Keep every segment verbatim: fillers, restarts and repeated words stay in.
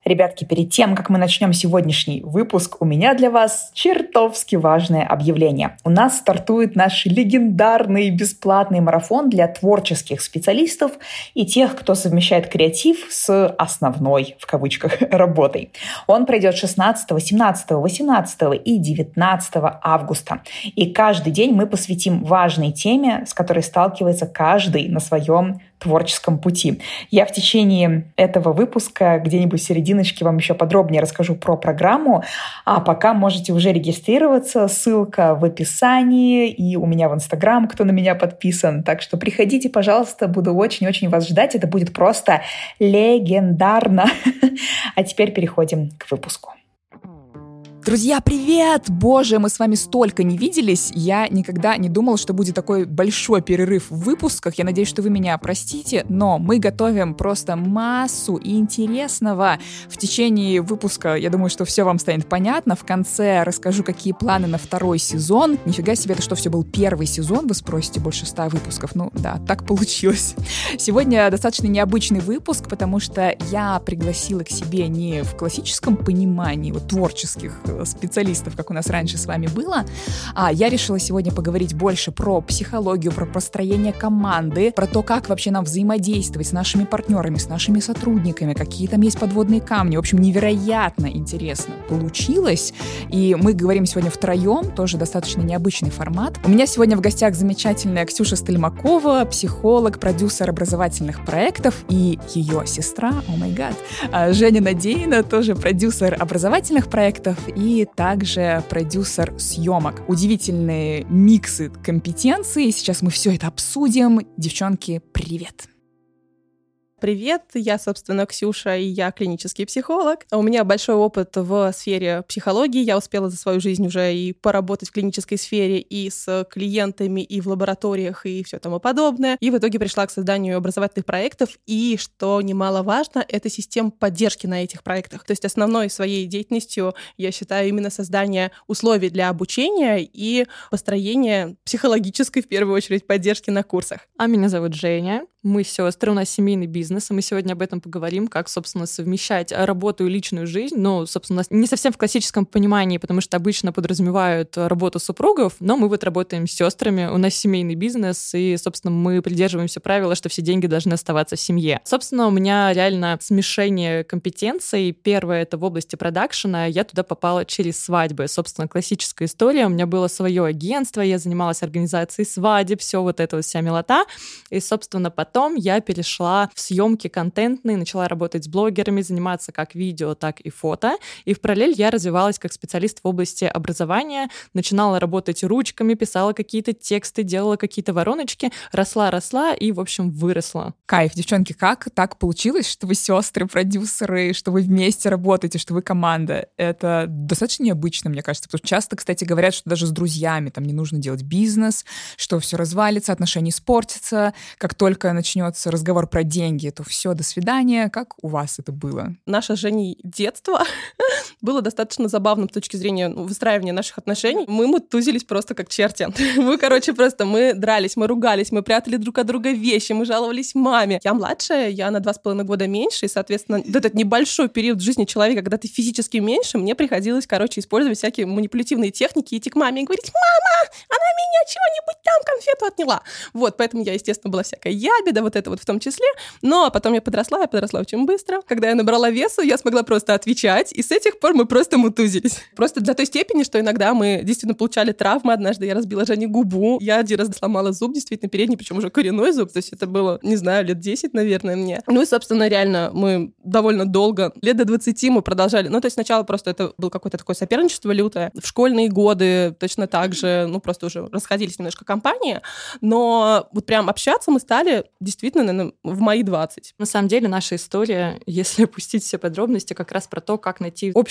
Ребятки, перед тем, как мы начнем сегодняшний выпуск, у меня для вас чертовски важное объявление. У нас стартует наш легендарный бесплатный марафон для творческих специалистов и тех, кто совмещает креатив с основной, в кавычках, работой. Он пройдет шестнадцатого, семнадцатого, восемнадцатого и девятнадцатого августа. И каждый день мы посвятим важной теме, с которой сталкивается каждый на своем творческом пути. Я в течение этого выпуска где-нибудь в серединочке вам еще подробнее расскажу про программу, а пока можете уже регистрироваться, ссылка в описании и у меня в Инстаграм, кто на меня подписан. Так что приходите, пожалуйста, буду очень-очень вас ждать. Это будет просто легендарно. А теперь переходим к выпуску. Друзья, привет! Боже, мы с вами столько не виделись. Я никогда не думал, что будет такой большой перерыв в выпусках. Я надеюсь, что вы меня простите, но мы готовим просто массу интересного в течение выпуска. Я думаю, что все вам станет понятно. В конце расскажу, какие планы на второй сезон. Нифига себе, это что, все был первый сезон? Вы спросите, больше ста выпусков. Ну да, так получилось. Сегодня достаточно необычный выпуск, потому что я пригласила к себе не в классическом понимании вот, творческих специалистов, как у нас раньше с вами было. А я решила сегодня поговорить больше про психологию, про построение команды, про то, как вообще нам взаимодействовать с нашими партнерами, с нашими сотрудниками, какие там есть подводные камни. В общем, невероятно интересно получилось. И мы говорим сегодня втроем, тоже достаточно необычный формат. У меня сегодня в гостях замечательная Ксюша Стельмакова, психолог, продюсер образовательных проектов, и ее сестра, о май гад, Женя Надеина, тоже продюсер образовательных проектов и также продюсер съемок. Удивительные миксы компетенций. Сейчас мы все это обсудим. Девчонки, привет! Привет, я, собственно, Ксюша, и я клинический психолог. У меня большой опыт в сфере психологии. Я успела за свою жизнь уже и поработать в клинической сфере, и с клиентами, и в лабораториях, и все тому подобное. И в итоге пришла к созданию образовательных проектов. И, что немаловажно, это система поддержки на этих проектах. То есть основной своей деятельностью я считаю именно создание условий для обучения и построение психологической, в первую очередь, поддержки на курсах. А меня зовут Женя. Мы сестры, у нас семейный бизнес, и мы сегодня об этом поговорим, как, собственно, совмещать работу и личную жизнь. Ну, собственно, не совсем в классическом понимании, потому что обычно подразумевают работу супругов, но мы вот работаем с сестрами, у нас семейный бизнес, и, собственно, мы придерживаемся правила, что все деньги должны оставаться в семье. Собственно, у меня реально смешение компетенций. Первое — это в области продакшена. Я туда попала через свадьбы. Собственно, классическая история. У меня было свое агентство, я занималась организацией свадеб, все вот это вот вся милота. И, собственно, потом Потом я перешла в съемки контентные, начала работать с блогерами, заниматься как видео, так и фото. И в параллель я развивалась как специалист в области образования, начинала работать ручками, писала какие-то тексты, делала какие-то вороночки, росла-росла и, в общем, выросла. Кайф, девчонки, как так получилось, что вы сестры, продюсеры, что вы вместе работаете, что вы команда? Это достаточно необычно, мне кажется, потому что часто, кстати, говорят, что даже с друзьями там не нужно делать бизнес, что все развалится, отношения испортятся, как только начнется разговор про деньги, то все, до свидания. Как у вас это было? Наше с Женей детство было достаточно забавным с точки зрения выстраивания наших отношений. Мы мутузились просто как черти. Мы, короче, просто мы дрались, мы ругались, мы прятали друг от друга вещи, мы жаловались маме. Я младшая, я на два с половиной года меньше, и, соответственно, вот этот небольшой период в жизни человека, когда ты физически меньше, мне приходилось, короче, использовать всякие манипулятивные техники, идти к маме и говорить: «Мама, она меня чего-нибудь там конфету отняла». Вот, поэтому я, естественно, была всякая ябеда, вот это вот в том числе. Но потом я подросла, я подросла очень быстро. Когда я набрала весу, я смогла просто отвечать, и с этих пор мы просто мутузились. Просто до той степени, что иногда мы действительно получали травмы. Однажды я разбила Жене губу, я один раз сломала зуб, действительно передний, причем уже коренной зуб, то есть это было, не знаю, лет десять, наверное, мне. Ну и, собственно, реально мы довольно долго, лет до двадцати мы продолжали. Ну, то есть сначала просто это было какое-то такое соперничество лютое. В школьные годы точно так же, ну, просто уже расходились немножко компании, но вот прям общаться мы стали действительно, наверное, в мои двадцать. На самом деле наша история, если опустить все подробности, как раз про то, как найти общий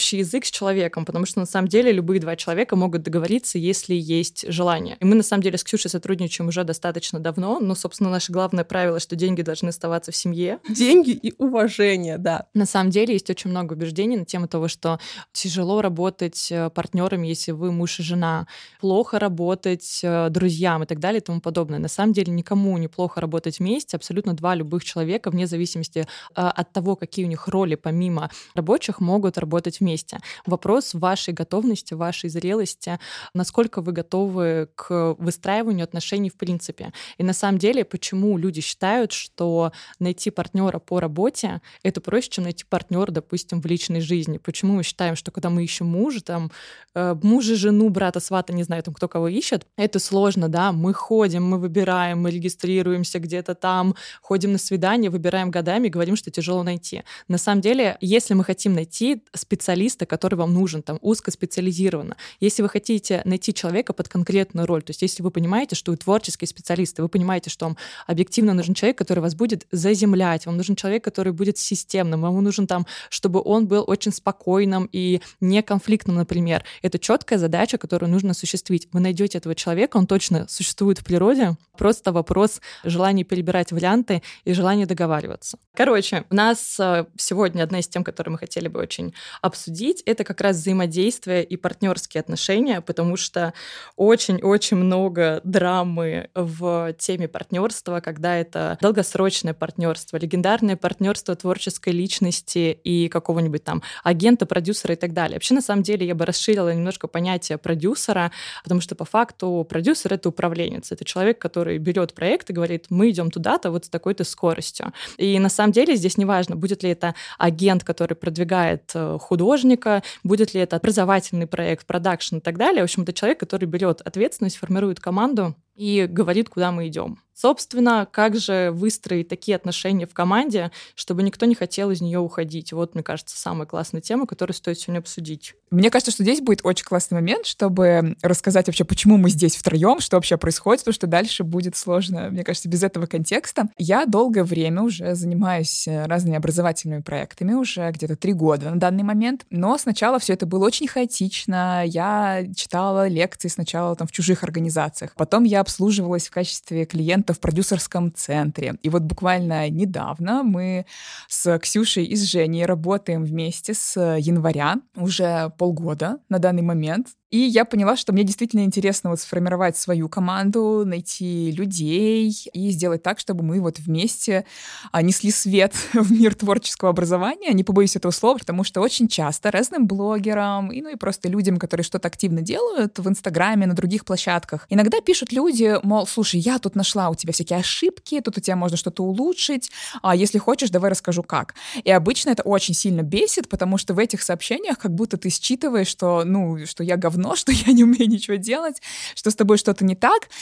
общий язык с человеком, потому что на самом деле любые два человека могут договориться, если есть желание. И мы на самом деле с Ксюшей сотрудничаем уже достаточно давно, но, собственно, наше главное правило, что деньги должны оставаться в семье. Деньги и уважение, да. На самом деле есть очень много убеждений на тему того, что тяжело работать партнерами, если вы муж и жена, плохо работать друзьям и так далее и тому подобное. На самом деле никому не плохо работать вместе, абсолютно два любых человека, вне зависимости от того, какие у них роли помимо рабочих, могут работать вместе. Вопрос вашей готовности, вашей зрелости, насколько вы готовы к выстраиванию отношений в принципе. И на самом деле, почему люди считают, что найти партнера по работе — это проще, чем найти партнера, допустим, в личной жизни. Почему мы считаем, что когда мы ищем мужа, там, э, мужа, жену, брата, свата, не знаю, там, кто кого ищет, это сложно, да, мы ходим, мы выбираем, мы регистрируемся где-то там, ходим на свидание, выбираем годами, говорим, что тяжело найти. На самом деле, если мы хотим найти специалиста, который вам нужен, там, узкоспециализированно, если вы хотите найти человека под конкретную роль, то есть если вы понимаете, что вы творческие специалисты, вы понимаете, что вам объективно нужен человек, который вас будет заземлять, вам нужен человек, который будет системным, вам нужен там, чтобы он был очень спокойным и неконфликтным, например. Это четкая задача, которую нужно осуществить. Вы найдете этого человека, он точно существует в природе, просто вопрос желания перебирать варианты и желания договариваться. Короче, у нас сегодня одна из тем, которые мы хотели бы очень обсудить, это как раз взаимодействие и партнерские отношения, потому что очень-очень много драмы в теме партнерства, когда это долгосрочное партнерство, легендарное партнерство творческой личности и какого-нибудь там агента, продюсера и так далее. Вообще, на самом деле, я бы расширила немножко понятие продюсера, потому что по факту продюсер — это управленец, это человек, который берет проект и говорит, мы идем туда-то вот с такой-то скоростью. И на самом деле здесь не важно, будет ли это агент, который продвигает художника, будет ли это образовательный проект, продакшн и так далее. В общем, это человек, который берет ответственность, формирует команду и говорит, куда мы идем. Собственно, как же выстроить такие отношения в команде, чтобы никто не хотел из нее уходить? Вот, мне кажется, самая классная тема, которую стоит сегодня обсудить. Мне кажется, что здесь будет очень классный момент, чтобы рассказать вообще, почему мы здесь втроем, что вообще происходит, потому что дальше будет сложно, мне кажется, без этого контекста. Я долгое время уже занимаюсь разными образовательными проектами, уже где-то три года на данный момент, но сначала все это было очень хаотично. Я читала лекции сначала там в чужих организациях, потом я обслуживалась в качестве клиента в продюсерском центре. И вот буквально недавно мы с Ксюшей и с Женей работаем вместе с января, уже полгода на данный момент. И я поняла, что мне действительно интересно вот сформировать свою команду, найти людей и сделать так, чтобы мы вот вместе несли свет в мир творческого образования. Не побоюсь этого слова, потому что очень часто разным блогерам и, ну, и просто людям, которые что-то активно делают в Инстаграме, на других площадках, иногда пишут люди, мол, слушай, я тут нашла у тебя всякие ошибки, тут у тебя можно что-то улучшить, а если хочешь, давай расскажу как. И обычно это очень сильно бесит, потому что в этих сообщениях как будто ты считываешь, что, ну, что я говно, что я не умею ничего делать, что с тобой что-то не так.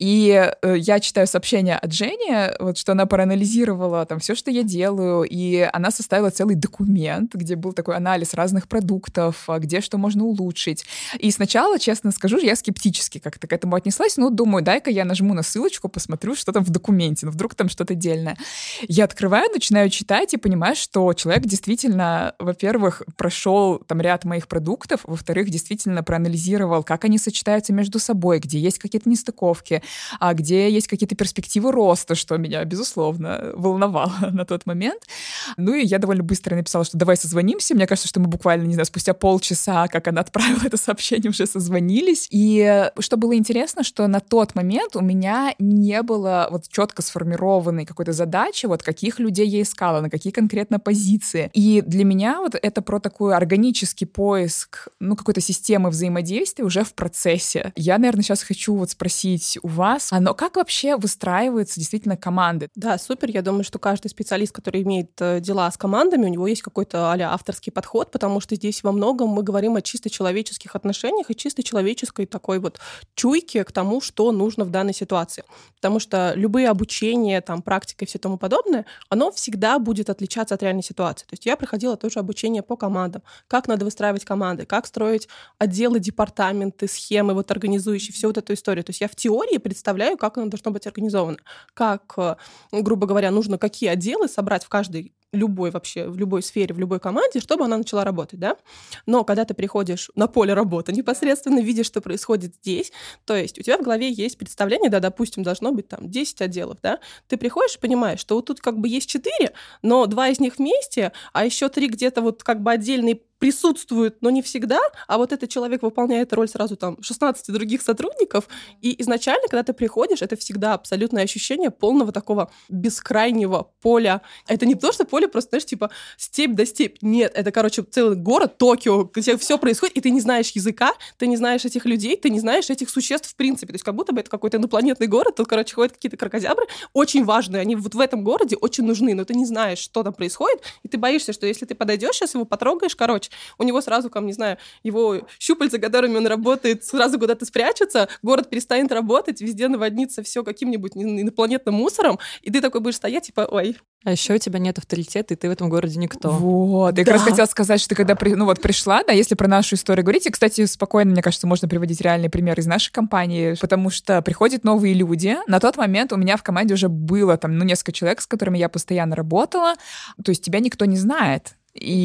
И э, я читаю сообщение от Жени, вот, что она проанализировала там все, что я делаю, и она составила целый документ, где был такой анализ разных продуктов, где что можно улучшить. И сначала, честно скажу, я скептически как-то к этому отнеслась, ну, думаю, дай-ка я нажму на ссылочку, посмотрю, что там в документе, ну, вдруг там что-то дельное. Я открываю, начинаю читать и понимаю, что человек действительно, во-первых, прошел там ряд моих продуктов, во-вторых, действительно проанализировал, как они сочетаются между собой, где есть какие-то нестыковки, а где есть какие-то перспективы роста, что меня, безусловно, волновало на тот момент. Ну и я довольно быстро написала, что давай созвонимся. Мне кажется, что мы буквально, не знаю, спустя полчаса, как она отправила это сообщение, уже созвонились. И что было интересно, что на тот момент у меня не было вот четко сформированной какой-то задачи, вот каких людей я искала, на какие конкретно позиции. И для меня вот это про такой органический поиск, ну, какой-то системы взаимодействия уже в процессе. Я, наверное, сейчас хочу вот спросить у вас, а но как вообще выстраиваются действительно команды? Да, супер. Я думаю, что каждый специалист, который имеет дела с командами, у него есть какой-то а-ля авторский подход, потому что здесь во многом мы говорим о чисто человеческих отношениях и чисто человеческой такой вот чуйке к тому, что нужно в данной ситуации. Потому что любые обучения, там, практика и все тому подобное, оно всегда будет отличаться от реальной ситуации. То есть я проходила тоже обучение по командам, как надо выстраивать команды, как строить отделы департамента, департаменты, схемы вот организующие, всю вот эту историю. То есть я в теории представляю, как оно должно быть организовано. Как, грубо говоря, нужно какие отделы собрать в каждой любой вообще, в любой сфере, в любой команде, чтобы она начала работать, да? Но когда ты приходишь на поле работы непосредственно, видишь, что происходит здесь, то есть у тебя в голове есть представление, да, допустим, должно быть там десять отделов, да? Ты приходишь и понимаешь, что вот тут как бы есть четыре, но два из них вместе, а еще три где-то вот как бы отдельные присутствуют, но не всегда, а вот этот человек выполняет роль сразу там шестнадцати других сотрудников, и изначально, когда ты приходишь, это всегда абсолютное ощущение полного такого бескрайнего поля. Это не то, что поле просто, знаешь, типа степь да степь. Нет, это, короче, целый город, Токио, где все происходит, и ты не знаешь языка, ты не знаешь этих людей, ты не знаешь этих существ в принципе. То есть как будто бы это какой-то инопланетный город, тут, короче, ходят какие-то крокозябры, очень важные, они вот в этом городе очень нужны, но ты не знаешь, что там происходит, и ты боишься, что если ты подойдешь сейчас, его потрогаешь, короче, у него сразу, там, не знаю, его щупальца, которыми он работает, сразу куда-то спрячутся, город перестанет работать, везде наводнится все каким-нибудь инопланетным мусором, и ты такой будешь стоять, типа, ой. А еще у тебя нет авторитета, и ты в этом городе никто. Вот. Да. Я как раз хотела сказать, что ты когда при, ну вот пришла, да, если про нашу историю говорить, и, кстати, спокойно, мне кажется, можно приводить реальный пример из нашей компании, потому что приходят новые люди. На тот момент у меня в команде уже было там, ну, несколько человек, с которыми я постоянно работала. То есть тебя никто не знает.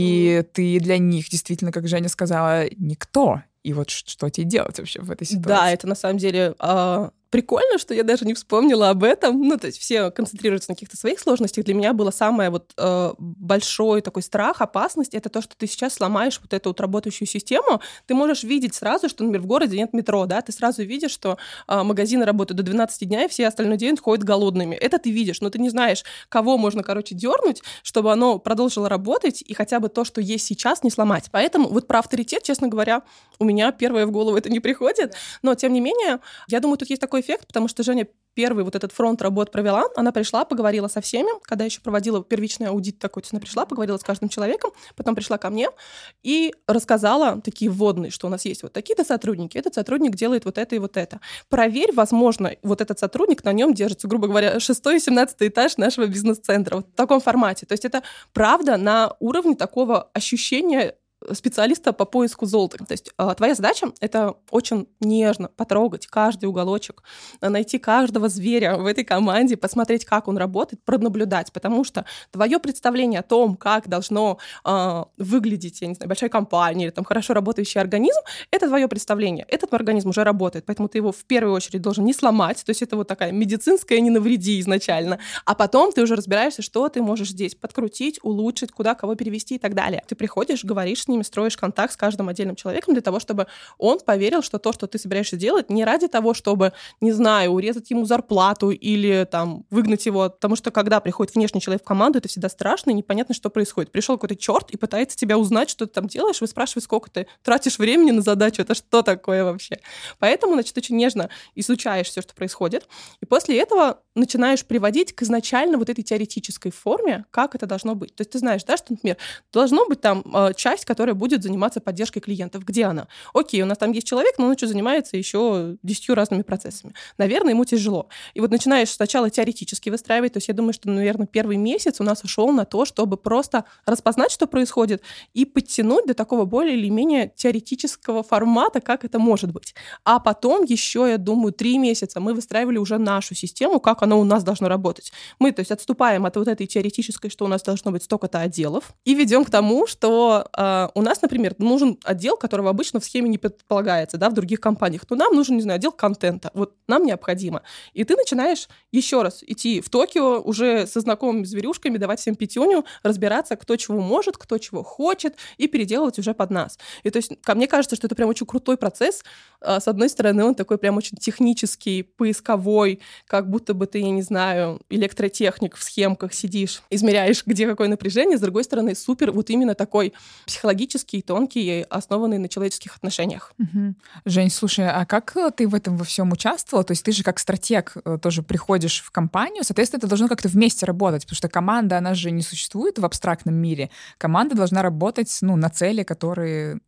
И ты для них действительно, как Женя сказала, никто. И вот что тебе делать вообще в этой ситуации? Да, это на самом деле э, прикольно, что я даже не вспомнила об этом. Ну, то есть все концентрируются на каких-то своих сложностях. Для меня было самое вот э, большой такой страх, опасность, это то, что ты сейчас сломаешь вот эту вот работающую систему. Ты можешь видеть сразу, что, например, в городе нет метро, да, ты сразу видишь, что э, магазины работают до двенадцати дня, и все остальной день ходят голодными. Это ты видишь, но ты не знаешь, кого можно, короче, дернуть, чтобы оно продолжило работать, и хотя бы то, что есть сейчас, не сломать. Поэтому вот про авторитет, честно говоря, у меня первое в голову это не приходит, но, тем не менее, я думаю, тут есть такой эффект, потому что Женя первый вот этот фронт работ провела, она пришла, поговорила со всеми, когда еще проводила первичный аудит такой, то есть она пришла, поговорила с каждым человеком, потом пришла ко мне и рассказала такие вводные, что у нас есть вот такие-то сотрудники, этот сотрудник делает вот это и вот это. Проверь, возможно, вот этот сотрудник, на нем держится, грубо говоря, шестой и семнадцатый этаж нашего бизнес-центра, вот в таком формате. То есть это правда на уровне такого ощущения специалиста по поиску золота. То есть э, твоя задача — это очень нежно потрогать каждый уголочек, найти каждого зверя в этой команде, посмотреть, как он работает, пронаблюдать, потому что твое представление о том, как должно э, выглядеть, я не знаю, большая компания или там хорошо работающий организм, это твое представление. Этот организм уже работает, поэтому ты его в первую очередь должен не сломать, то есть это вот такая медицинская «не навреди» изначально, а потом ты уже разбираешься, что ты можешь здесь подкрутить, улучшить, куда кого перевести и так далее. Ты приходишь, говоришь с ними, строишь контакт с каждым отдельным человеком для того, чтобы он поверил, что то, что ты собираешься делать, не ради того, чтобы, не знаю, урезать ему зарплату или там выгнать его, потому что когда приходит внешний человек в команду, это всегда страшно и непонятно, что происходит. Пришел какой-то черт и пытается тебя узнать, что ты там делаешь, вы спрашиваете, сколько ты тратишь времени на задачу, это что такое вообще? Поэтому, значит, очень нежно изучаешь все, что происходит, и после этого начинаешь приводить к изначально вот этой теоретической форме, как это должно быть. То есть ты знаешь, да, что, например, должно быть там часть, которая будет заниматься поддержкой клиентов. Где она? Окей, у нас там есть человек, но он еще занимается еще десятью разными процессами. Наверное, ему тяжело. И вот начинаешь сначала теоретически выстраивать, то есть я думаю, что, наверное, первый месяц у нас ушел на то, чтобы просто распознать, что происходит, и подтянуть до такого более или менее теоретического формата, как это может быть. А потом еще, я думаю, три месяца мы выстраивали уже нашу систему, как оно у нас должно работать. Мы, то есть, отступаем от вот этой теоретической, что у нас должно быть столько-то отделов, и ведем к тому, что э, у нас, например, нужен отдел, которого обычно в схеме не предполагается, да, в других компаниях. Но нам нужен, не знаю, отдел контента. Вот нам необходимо. И ты начинаешь еще раз идти в Токио уже со знакомыми зверюшками, давать всем пятюню, разбираться, кто чего может, кто чего хочет, и переделывать уже под нас. И то есть, ко мне кажется, что это прям очень крутой процесс. С одной стороны, он такой прям очень технический, поисковой, как будто бы ты, я не знаю, электротехник в схемках сидишь, измеряешь, где какое напряжение. С другой стороны, супер вот именно такой психологический, тонкий, основанный на человеческих отношениях. Угу. Жень, слушай, а как ты в этом во всем участвовала? То есть ты же как стратег тоже приходишь в компанию, соответственно, это должно как-то вместе работать, потому что команда, она же не существует в абстрактном мире. Команда должна работать, ну, на цели, которые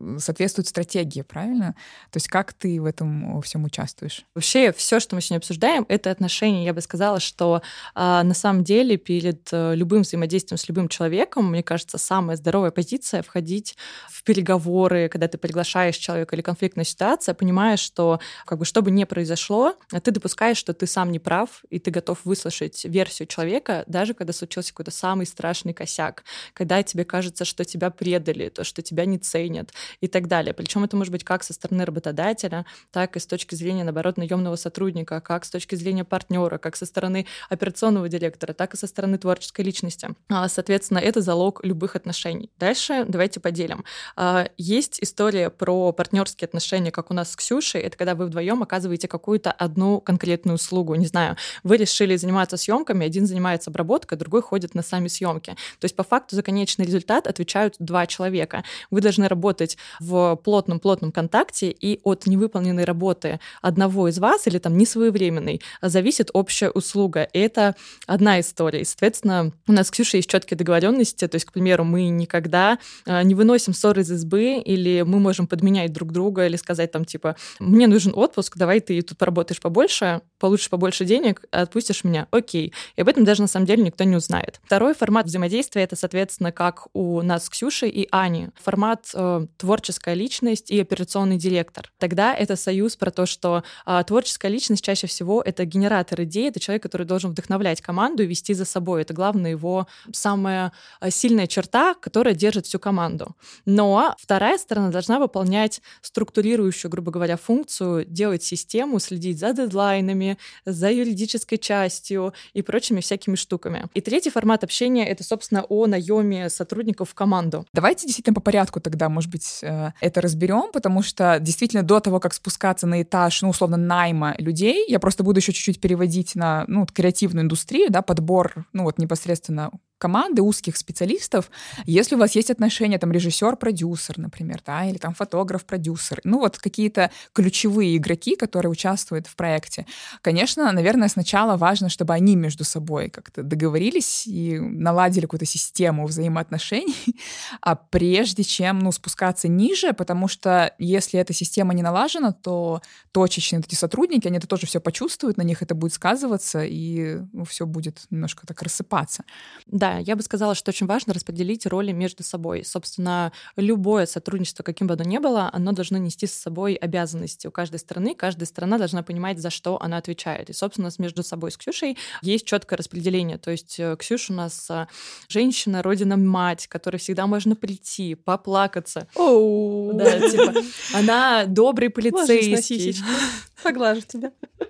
соответствует стратегии, правильно? То есть как ты в этом всем участвуешь? Вообще все, что мы сегодня обсуждаем, это отношения. Я бы сказала, что а, на самом деле перед а, любым взаимодействием с любым человеком, мне кажется, самая здоровая позиция — входить в переговоры, когда ты приглашаешь человека или конфликтная ситуация, понимаешь, что как бы, что бы ни произошло, ты допускаешь, что ты сам не прав, и ты готов выслушать версию человека, даже когда случился какой-то самый страшный косяк, когда тебе кажется, что тебя предали, то, что тебя не ценят и так далее. Причем это может быть как со стороны работодателя, так и с точки зрения, наоборот, наемного сотрудника, как с точки зрения партнера, как со стороны операционного директора, так и со стороны творческой личности. Соответственно, это залог любых отношений. Дальше давайте поделим. Есть история про партнерские отношения, как у нас с Ксюшей. Это когда вы вдвоем оказываете какую-то одну конкретную услугу. Не знаю, вы решили заниматься съемками, один занимается обработкой, другой ходит на сами съемки. То есть по факту за конечный результат отвечают два человека. Вы должны работать в плотном-плотном контакте, и от невыполненной работы одного из вас или там несвоевременной зависит общая услуга. И это одна история. И, соответственно, у нас с Ксюшей есть четкие договоренности. То есть, к примеру, мы никогда не выносим ссоры из избы, или мы можем подменять друг друга, или сказать там типа: мне нужен отпуск, давай ты тут поработаешь побольше, получишь побольше денег, отпустишь меня, окей. И об этом даже на самом деле никто не узнает. Второй формат взаимодействия — это, соответственно, как у нас с Ксюшей и Аней. Формат э, творческая личность и операционный директор. Тогда это союз про то, что э, творческая личность чаще всего — это генератор идей, это человек, который должен вдохновлять команду и вести за собой. Это главная его самая сильная черта, которая держит всю команду. Но вторая сторона должна выполнять структурирующую, грубо говоря, функцию, делать систему, следить за дедлайнами, за юридической частью и прочими всякими штуками. И третий формат общения — это, собственно, о наеме сотрудников в команду. Давайте действительно по порядку тогда, может быть, это разберем, потому что действительно до того, как спускаться на этаж, ну, условно, найма людей, я просто буду еще чуть-чуть переводить на, ну, креативную индустрию, да, подбор, ну, вот непосредственно команды узких специалистов. Если у вас есть отношения, там, режиссер-продюсер, например, да, или там фотограф-продюсер, ну, вот какие-то ключевые игроки, которые участвуют в проекте, конечно, наверное, сначала важно, чтобы они между собой как-то договорились и наладили какую-то систему взаимоотношений, а прежде чем, ну, спускаться ниже, потому что если эта система не налажена, то точечные эти сотрудники, они это тоже все почувствуют, на них это будет сказываться, и, ну, все будет немножко так рассыпаться. Да, я бы сказала, что очень важно распределить роли между собой. Собственно, любое сотрудничество, каким бы оно ни было, оно должно нести с собой обязанности у каждой стороны. Каждая сторона должна понимать, за что она отвечает. И, собственно, между собой с Ксюшей есть четкое распределение. То есть Ксюша у нас женщина, родина-мать, к которой всегда можно прийти, поплакаться. Оу. Да, типа, она добрый полицейский. Поглажу тебя.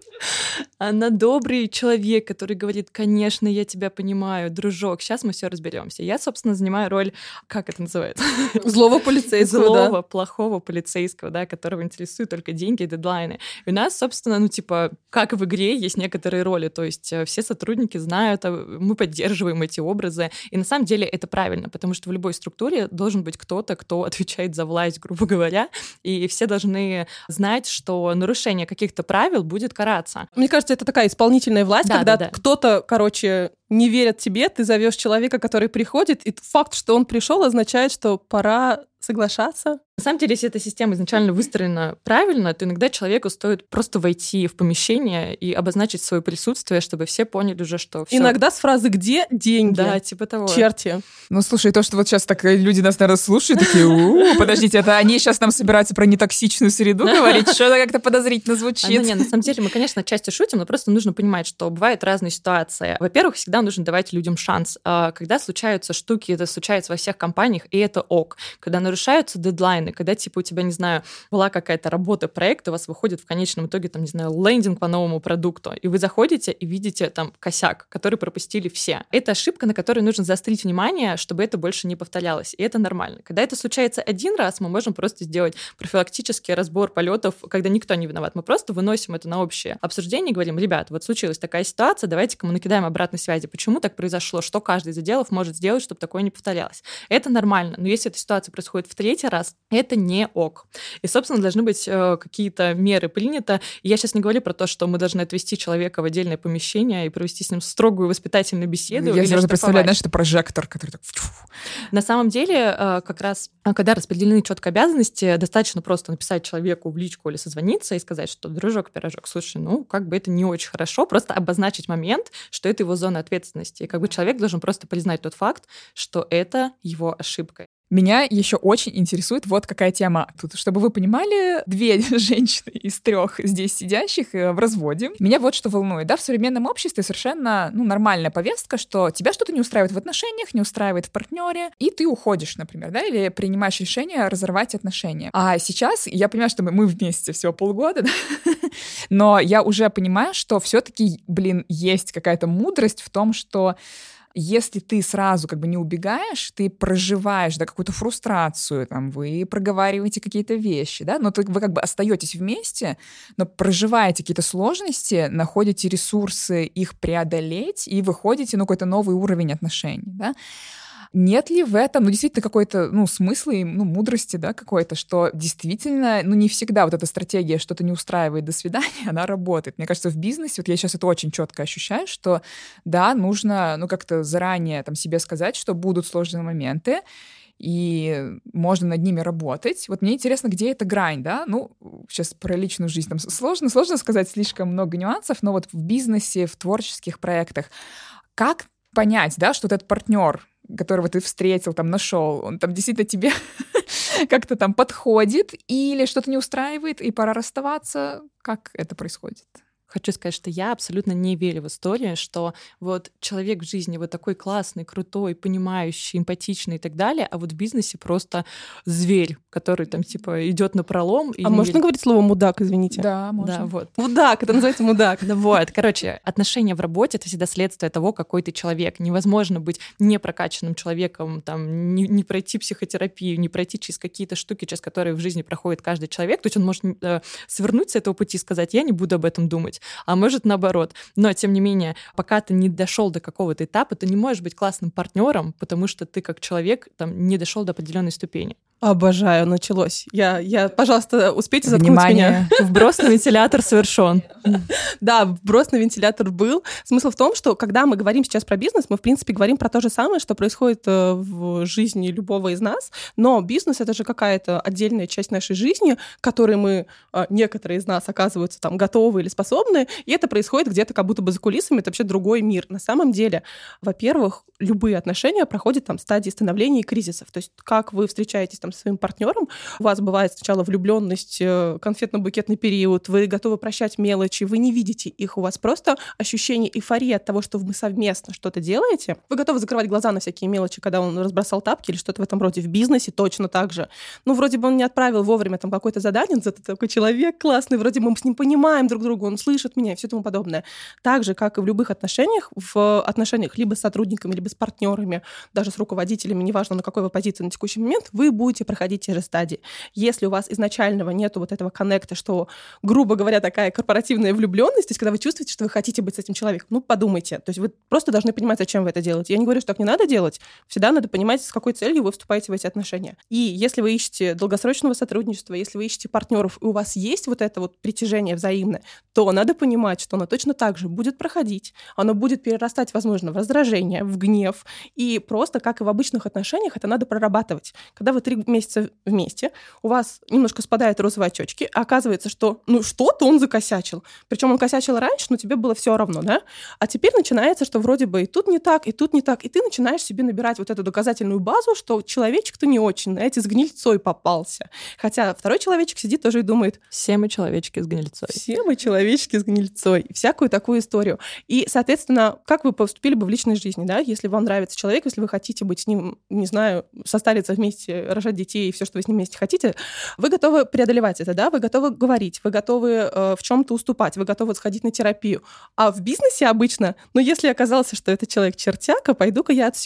Она добрый человек, который говорит: конечно, я тебя понимаю, дружок, сейчас мы все разберемся. Я, собственно, занимаю роль, как это называется? Злого полицейского, Злого, да. плохого полицейского, да, которого интересуют только деньги и дедлайны. И у нас, собственно, ну, типа, как в игре, есть некоторые роли, то есть все сотрудники знают, мы поддерживаем эти образы, и на самом деле это правильно, потому что в любой структуре должен быть кто-то, кто отвечает за власть, грубо говоря, и все должны знать, что нарушение каких-то правил будет караться. Мне кажется, это такая исполнительная власть, Да, когда да, да. кто-то, короче, не верит тебе, ты зовешь человека, который приходит, и факт, что он пришел, означает, что пора соглашаться. На самом деле, если эта система изначально выстроена правильно, то иногда человеку стоит просто войти в помещение и обозначить свое присутствие, чтобы все поняли уже, что всё. Иногда с фразы «где деньги?» Да, типа того. Черти. Ну, слушай, то, что вот сейчас так люди нас, наверное, слушают, такие: у подождите, это они сейчас нам собираются про нетоксичную среду говорить? Что-то как-то подозрительно звучит. А, ну, не, на самом деле мы, конечно, отчасти шутим, но просто нужно понимать, что бывают разные ситуации. Во-первых, всегда нужно давать людям шанс. Когда случаются штуки, это случается во всех компаниях, и это ок. Когда нарушаются дедлайны, когда, типа, у тебя, не знаю, была какая-то работа, проект, у вас выходит в конечном итоге, там, не знаю, лендинг по новому продукту, и вы заходите и видите там косяк, который пропустили все. Это ошибка, на которую нужно заострить внимание, чтобы это больше не повторялось. И это нормально. Когда это случается один раз, мы можем просто сделать профилактический разбор полетов, когда никто не виноват. Мы просто выносим это на общее обсуждение и говорим: ребят, вот случилась такая ситуация, давайте-ка мы накидаем обратной связи. Почему так произошло? Что каждый из отделов может сделать, чтобы такое не повторялось? Это нормально. Но если эта ситуация происходит делать в третий раз, это не ок. И, собственно, должны быть э, какие-то меры приняты. И я сейчас не говорю про то, что мы должны отвести человека в отдельное помещение и провести с ним строгую воспитательную беседу. Я сразу представляю, знаешь, это прожектор, который так... На самом деле, э, как раз, когда распределены четко обязанности, достаточно просто написать человеку в личку или созвониться и сказать, что, дружок, пирожок, слушай, ну, как бы это не очень хорошо, просто обозначить момент, что это его зона ответственности. И как бы человек должен просто признать тот факт, что это его ошибка. Меня еще очень интересует вот какая тема тут. Чтобы вы понимали, две женщины из трех здесь сидящих в разводе. Меня вот что волнует. Да, в современном обществе совершенно ну, нормальная повестка, что тебя что-то не устраивает в отношениях, не устраивает в партнере, и ты уходишь, например, да, или принимаешь решение разорвать отношения. А сейчас я понимаю, что мы, мы вместе всего полгода, да? Но я уже понимаю, что все-таки, блин, есть какая-то мудрость в том, что если ты сразу как бы не убегаешь, ты проживаешь, да, какую-то фрустрацию, там, вы проговариваете какие-то вещи, да, но ты, вы как бы остаетесь вместе, но проживаете какие-то сложности, находите ресурсы их преодолеть и выходите на какой-то новый уровень отношений, да. Нет ли в этом, ну, действительно, какой-то, ну, смысл и, ну, мудрости, да, какой-то, что действительно, ну, не всегда вот эта стратегия что-то не устраивает, до свидания, она работает. Мне кажется, в бизнесе, вот я сейчас это очень четко ощущаю, что, да, нужно, ну, как-то заранее там себе сказать, что будут сложные моменты, и можно над ними работать. Вот мне интересно, где эта грань, да? Ну, сейчас про личную жизнь там сложно, сложно сказать, слишком много нюансов, но вот в бизнесе, в творческих проектах, как понять, да, что вот этот партнер, которого ты встретил, там, нашел, он там действительно тебе как-то там подходит или что-то не устраивает, и пора расставаться? Как это происходит? Хочу сказать, что я абсолютно не верю в историю, что вот человек в жизни вот такой классный, крутой, понимающий, эмпатичный и так далее, а вот в бизнесе просто зверь, который там типа идет на пролом. А можно говорить слово «мудак», извините? Да, можно. Да, вот. Мудак, это называется мудак. Да, вот. Короче, отношения в работе — это всегда следствие того, какой ты человек. Невозможно быть непрокачанным человеком, там, не, не пройти психотерапию, не пройти через какие-то штуки, через которые в жизни проходит каждый человек. То есть он может э, свернуть с этого пути и сказать: я не буду об этом думать. А может, наоборот. Но, тем не менее, пока ты не дошел до какого-то этапа, ты не можешь быть классным партнером, потому что ты как человек там не дошел до определенной ступени. Обожаю, началось. Я, я, пожалуйста, успейте заткнуть Внимание. меня. Вброс на вентилятор совершен. Да, вброс на вентилятор был. Смысл в том, что когда мы говорим сейчас про бизнес, мы, в принципе, говорим про то же самое, что происходит в жизни любого из нас, но бизнес — это же какая-то отдельная часть нашей жизни, к которой мы, некоторые из нас, оказываются там готовы или способны, и это происходит где-то как будто бы за кулисами, это вообще другой мир. На самом деле, во-первых, любые отношения проходят там стадии становления и кризисов. То есть как вы встречаетесь там с своим партнером, у вас бывает сначала влюбленность, конфетно-букетный период, вы готовы прощать мелочи, вы не видите их, у вас просто ощущение эйфории от того, что вы совместно что-то делаете. Вы готовы закрывать глаза на всякие мелочи, когда он разбросал тапки или что-то в этом роде. В бизнесе точно так же. Ну, вроде бы он не отправил вовремя там какое-то задание, это такой человек классный, вроде бы мы с ним понимаем друг друга, он слышит меня и все тому подобное. Так же, как и в любых отношениях, в отношениях либо с сотрудниками, либо с партнерами, даже с руководителями, неважно, на какой вы позиции на текущий момент, вы будете проходить те же стадии. Если у вас изначального нету вот этого коннекта, что, грубо говоря, такая корпоративная влюбленность, то есть когда вы чувствуете, что вы хотите быть с этим человеком, ну, подумайте. То есть вы просто должны понимать, зачем вы это делаете. Я не говорю, что так не надо делать. Всегда надо понимать, с какой целью вы вступаете в эти отношения. И если вы ищете долгосрочного сотрудничества, если вы ищете партнеров, и у вас есть вот это вот притяжение взаимное, то надо понимать, что оно точно так же будет проходить, оно будет перерастать, возможно, в раздражение, в гнев. И просто, как и в обычных отношениях, это надо прорабатывать. Когда вы три месяца вместе, у вас немножко спадают розовые очечки, а оказывается, что ну что-то он закосячил. Причем он косячил раньше, но тебе было все равно, да? А теперь начинается, что вроде бы и тут не так, и тут не так, и ты начинаешь себе набирать вот эту доказательную базу, что человечек-то не очень, знаете, с гнильцой попался. Хотя второй человечек сидит тоже и думает: все мы человечки с гнильцой. Все мы человечки с гнильцой. Всякую такую историю. И, соответственно, как вы поступили бы в личной жизни, да? Если вам нравится человек, если вы хотите быть с ним, не знаю, состариться вместе, рожать детей и все, что вы с ним вместе хотите, вы готовы преодолевать это, да? Вы готовы говорить, вы готовы э, в чем-то уступать, вы готовы сходить на терапию. А в бизнесе обычно, ну, если оказалось, что это человек чертяка, пойду-ка я отсюда.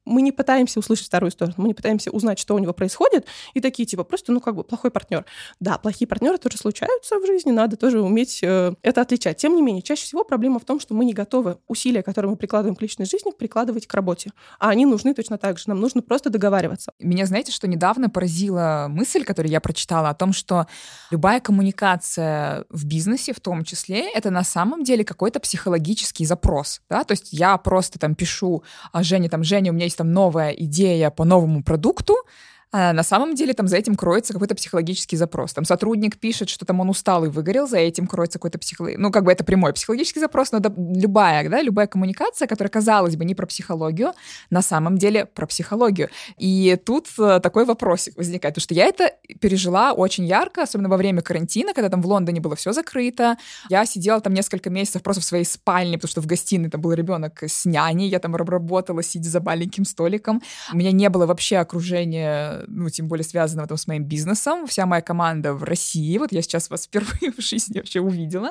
мы не пытаемся услышать вторую сторону, мы не пытаемся узнать, что у него происходит, и такие типа просто, ну, как бы плохой партнер. Да, плохие партнеры тоже случаются в жизни, надо тоже уметь э, это отличать. Тем не менее, чаще всего проблема в том, что мы не готовы усилия, которые мы прикладываем к личной жизни, прикладывать к работе. А они нужны точно так же. Нам нужно просто договариваться. Меня, знаете, что недавно поразила мысль, которую я прочитала, о том, что любая коммуникация в бизнесе, в том числе, это на самом деле какой-то психологический запрос. Да? То есть я просто там пишу, а Женя, там, Женя, у меня есть там новая идея по новому продукту, а на самом деле там за этим кроется какой-то психологический запрос. Там сотрудник пишет, что там он устал и выгорел, за этим кроется какой-то психологический... Ну, как бы это прямой психологический запрос, но да, любая, да, любая коммуникация, которая, казалось бы, не про психологию, на самом деле про психологию. И тут такой вопросик возникает, потому что я это пережила очень ярко, особенно во время карантина, когда там в Лондоне было все закрыто. Я сидела там несколько месяцев просто в своей спальне, потому что в гостиной там был ребенок с няней, я там работала, сидя за маленьким столиком. У меня не было вообще окружения, ну, тем более связанного там с моим бизнесом. Вся моя команда в России. Вот я сейчас вас впервые в жизни вообще увидела.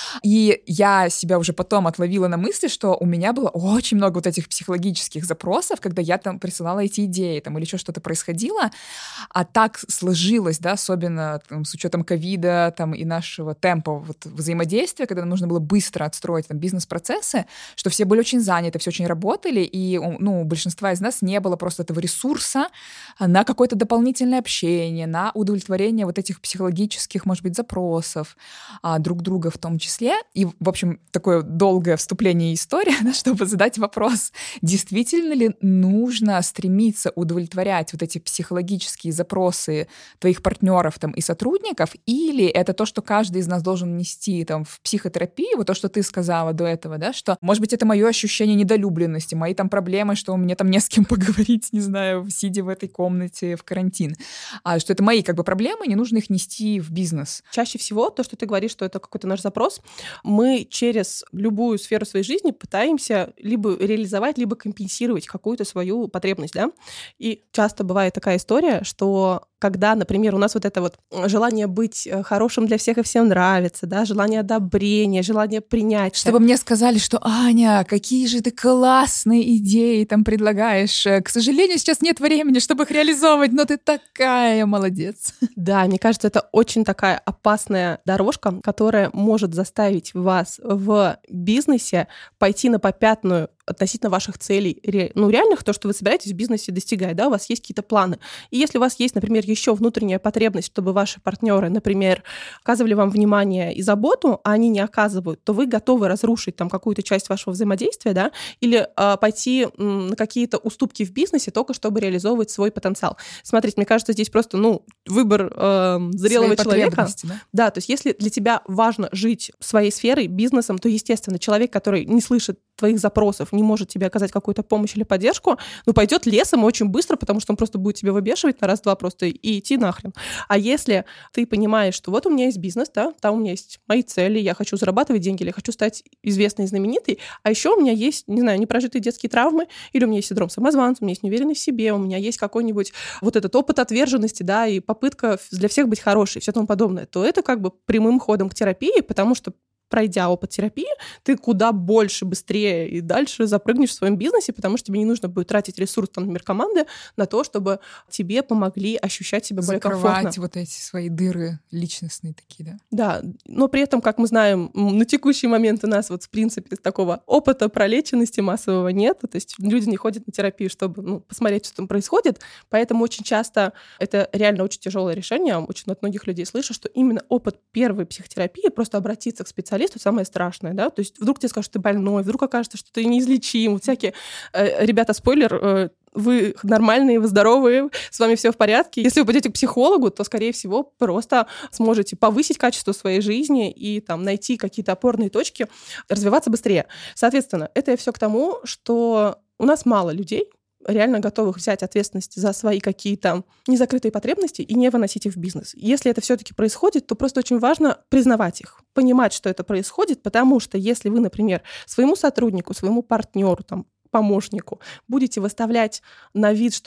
И я себя уже потом отловила на мысли, что у меня было очень много вот этих психологических запросов, когда я там присылала эти идеи, там, или еще что-то происходило. А так сложилось, да, особенно там, с учетом ковида там, и нашего темпа вот, взаимодействия, когда нам нужно было быстро отстроить там, бизнес-процессы, что все были очень заняты, все очень работали, и ну, у большинства из нас не было просто этого ресурса на какое-то дополнительное общение, на удовлетворение вот этих психологических, может быть, запросов а, друг друга в том числе. И, в общем, такое долгое вступление и история, да, чтобы задать вопрос, действительно ли нужно стремиться удовлетворять вот эти психологические запросы твоих партнеров там, и сотрудников, или это то, что каждый из нас должен нести там, в психотерапии, вот то, что ты сказала до этого, да, что, может быть, это мое ощущение недолюбленности, мои там проблемы, что мне там не с кем поговорить, не знаю, сидя в этой комнате в карантин, а что это мои как бы проблемы, не нужно их нести в бизнес. Чаще всего то, что ты говоришь, что это какой-то наш запрос, мы через любую сферу своей жизни пытаемся либо реализовать, либо компенсировать какую-то свою потребность, да. И часто бывает такая история, что когда, например, у нас вот это вот желание быть хорошим для всех и всем нравится, да, желание одобрения, желание принять. Чтобы мне сказали, что Аня, какие же ты классные идеи там предлагаешь. К сожалению, сейчас нет времени, чтобы их реализовывать, но ты такая молодец. Да, мне кажется, это очень такая опасная дорожка, которая может заставить вас в бизнесе пойти на попятную относительно ваших целей, ре, ну, реальных, то, что вы собираетесь в бизнесе достигать, да, у вас есть какие-то планы. И если у вас есть, например, еще внутренняя потребность, чтобы ваши партнеры, например, оказывали вам внимание и заботу, а они не оказывают, то вы готовы разрушить там какую-то часть вашего взаимодействия, да, или э, пойти м, на какие-то уступки в бизнесе только чтобы реализовывать свой потенциал. Смотрите, мне кажется, здесь просто, ну, выбор э, зрелого человека. Да? Да, то есть если для тебя важно жить своей сферой, бизнесом, то, естественно, человек, который не слышит твоих запросов, не может тебе оказать какую-то помощь или поддержку, ну, пойдет лесом очень быстро, потому что он просто будет тебя выбешивать на раз-два просто и идти нахрен. А если ты понимаешь, что вот у меня есть бизнес, да, там у меня есть мои цели, я хочу зарабатывать деньги, или я хочу стать известной и знаменитой, а еще у меня есть, не знаю, непрожитые детские травмы, или у меня есть синдром самозванца, у меня есть неуверенность в себе, у меня есть какой-нибудь вот этот опыт отверженности, да, и попытка для всех быть хорошей, и все тому подобное, то это как бы прямым ходом к терапии, потому что пройдя опыт терапии, ты куда больше, быстрее и дальше запрыгнешь в своем бизнесе, потому что тебе не нужно будет тратить ресурс, там, например, команды на то, чтобы тебе помогли ощущать себя более комфортно. Закрывать вот эти свои дыры личностные такие, да? Да, но при этом, как мы знаем, на текущий момент у нас вот, в принципе, такого опыта пролеченности массового нет, то есть люди не ходят на терапию, чтобы ну, посмотреть, что там происходит, поэтому очень часто это реально очень тяжелое решение, очень от многих людей слышу, что именно опыт первой психотерапии, просто обратиться к специалисту, самое страшное, да, то есть вдруг тебе скажут, что ты больной, вдруг окажется, что ты неизлечим, вот всякие, э, ребята, спойлер, э, вы нормальные, вы здоровые, с вами все в порядке. Если вы пойдете к психологу, то, скорее всего, просто сможете повысить качество своей жизни и там найти какие-то опорные точки, развиваться быстрее. Соответственно, это все к тому, что у нас мало людей, реально готовых взять ответственность за свои какие-то незакрытые потребности и не выносить их в бизнес. Если это все-таки происходит, то просто очень важно признавать их, понимать, что это происходит, потому что если вы, например, своему сотруднику, своему партнеру, там, помощнику будете выставлять на вид, что он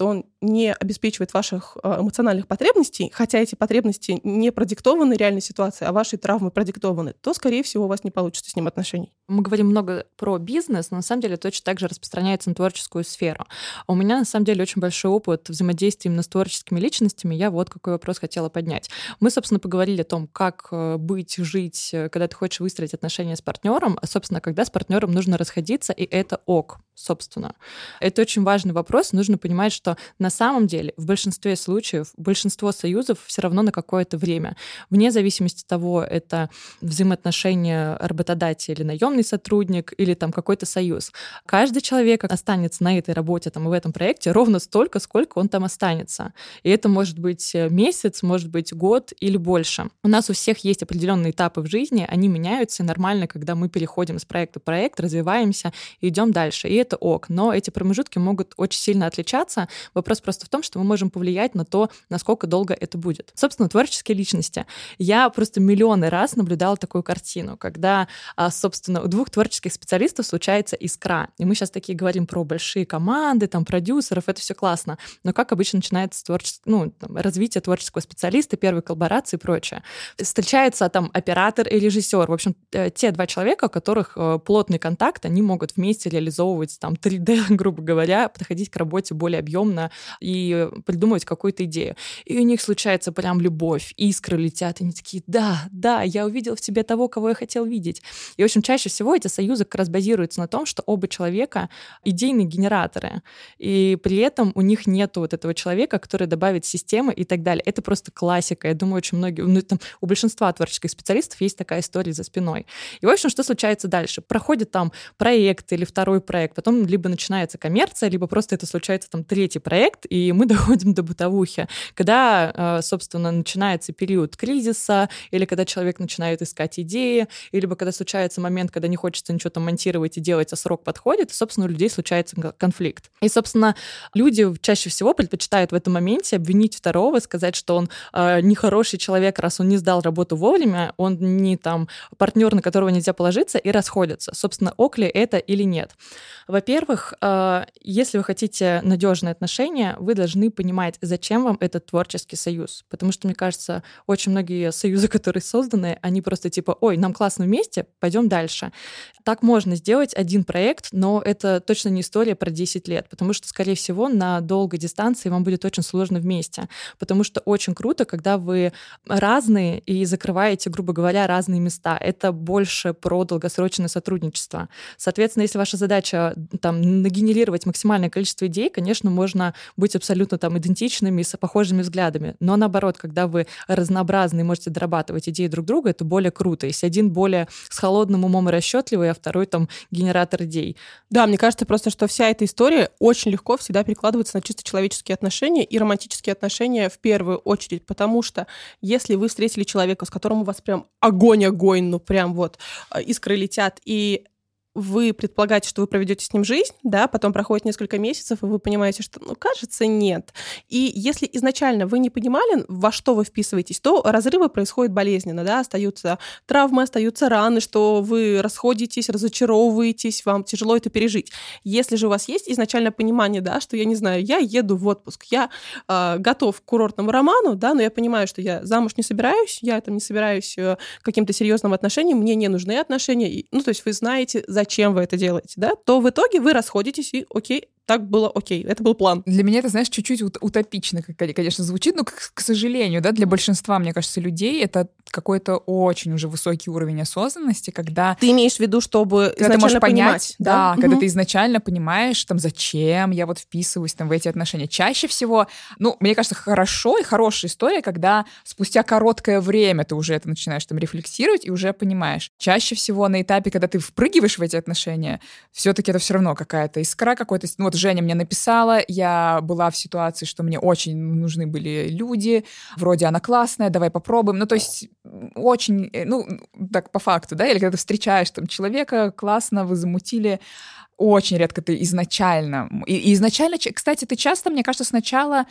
не обеспечивает ваших эмоциональных потребностей, хотя эти потребности не продиктованы реальной ситуацией, а вашей травмой продиктованы, то, скорее всего, у вас не получится с ним отношений. Мы говорим много про бизнес, но на самом деле точно так же распространяется на творческую сферу. А у меня, на самом деле, очень большой опыт взаимодействия именно с творческими личностями. Я вот какой вопрос хотела поднять. Мы, собственно, поговорили о том, как быть, жить, когда ты хочешь выстроить отношения с партнером, а, собственно, когда с партнером нужно расходиться, и это ок, собственно. Это очень важный вопрос. Нужно понимать, что на самом деле в большинстве случаев большинство союзов все равно на какое-то время. Вне зависимости от того, это взаимоотношения работодателя или наемный сотрудник, или там какой-то союз. Каждый человек останется на этой работе, там, и в этом проекте ровно столько, сколько он там останется. И это может быть месяц, может быть год или больше. У нас у всех есть определенные этапы в жизни, они меняются, и нормально, когда мы переходим из проекта в проект, развиваемся и идем дальше. И это ок. Но эти промежутки могут очень сильно отличаться. Вопрос просто в том, что мы можем повлиять на то, насколько долго это будет. Собственно, творческие личности. Я просто миллионы раз наблюдала такую картину, когда, собственно, у двух творческих специалистов случается искра. И мы сейчас такие говорим про большие команды, там, продюсеров, это все классно. Но как обычно начинается творче... ну, там, развитие творческого специалиста, первой коллаборации и прочее. Встречается там оператор и режиссер. В общем, те два человека, у которых плотный контакт, они могут вместе реализовывать там три дэ, грубо говоря, подходить к работе более объемно и придумывать какую-то идею. И у них случается прям любовь, искры летят, и они такие: да, да, я увидел в тебе того, кого я хотел видеть. И, в общем, чаще всего эти союзы как раз базируются на том, что оба человека идейные генераторы, и при этом у них нету вот этого человека, который добавит системы и так далее. Это просто классика. Я думаю, очень многие, ну, там, у большинства творческих специалистов есть такая история за спиной. И, в общем, что случается дальше? Проходит там проект или второй проект, потом либо начинается коммерция, либо просто это случается там третий проект, и мы доходим до бытовухи, когда, собственно, начинается период кризиса, или когда человек начинает искать идеи, либо когда случается момент, когда не хочется ничего там монтировать и делать, а срок подходит, и, собственно, у людей случается конфликт. И, собственно, люди чаще всего предпочитают в этом моменте обвинить второго, сказать, что он э, нехороший человек, раз он не сдал работу вовремя, он не там партнер, на которого нельзя положиться, и расходятся. Собственно, ок ли это или нет? Во-первых, э, если вы хотите надежные отношения, вы должны понимать, зачем вам этот творческий союз. Потому что, мне кажется, очень многие союзы, которые созданы, они просто типа: ой, нам классно вместе, пойдем дальше. Так можно сделать один проект, но это точно не история про десять лет, потому что, скорее всего, на долгой дистанции вам будет очень сложно вместе. Потому что очень круто, когда вы разные и закрываете, грубо говоря, разные места. Это больше про долгосрочное сотрудничество. Соответственно, если ваша задача там нагенерировать максимальное количество идей, конечно, можно быть абсолютно там идентичными, с похожими взглядами. Но наоборот, когда вы разнообразные, можете дорабатывать идеи друг друга, это более круто. Если один более с холодным умом и расчетливый, а второй там генератор идей. Да, мне кажется просто, что вся эта история очень легко всегда перекладывается на чисто человеческие отношения и романтические отношения в первую очередь, потому что если вы встретили человека, с которым у вас прям огонь-огонь, ну прям вот искры летят, и вы предполагаете, что вы проведете с ним жизнь, да, потом проходит несколько месяцев, и вы понимаете, что, ну, кажется, нет. И если изначально вы не понимали, во что вы вписываетесь, то разрывы происходят болезненно, да, остаются травмы, остаются раны, что вы расходитесь, разочаровываетесь, вам тяжело это пережить. Если же у вас есть изначально понимание, да, что, я не знаю, я еду в отпуск, я э, готов к курортному роману, да, но я понимаю, что я замуж не собираюсь, я там не собираюсь э, к каким-то серьезным отношениям, мне не нужны отношения, и, ну, то есть вы знаете, за зачем вы это делаете, да, то в итоге вы расходитесь, и окей, так было окей, это был план. Для меня это, знаешь, чуть-чуть утопично, конечно, звучит, но, к, к сожалению, да, для большинства, мне кажется, людей это какой-то очень уже высокий уровень осознанности, когда... Ты имеешь в виду, чтобы когда изначально ты можешь понимать, понять, да, да угу. когда ты изначально понимаешь, там, зачем я вот вписываюсь там в эти отношения. Чаще всего, ну, мне кажется, хорошо и хорошая история, когда спустя короткое время ты уже это начинаешь там рефлексировать и уже понимаешь. Чаще всего на этапе, когда ты впрыгиваешь в эти отношения, все-таки это все равно какая-то искра, какой-то... Ну, вот Женя мне написала, я была в ситуации, что мне очень нужны были люди, вроде она классная, давай попробуем. Ну, то есть очень, ну, так по факту, да, или когда ты встречаешь там человека, классно, вы замутили, очень редко ты изначально... И, и изначально, кстати, ты часто, мне кажется, сначала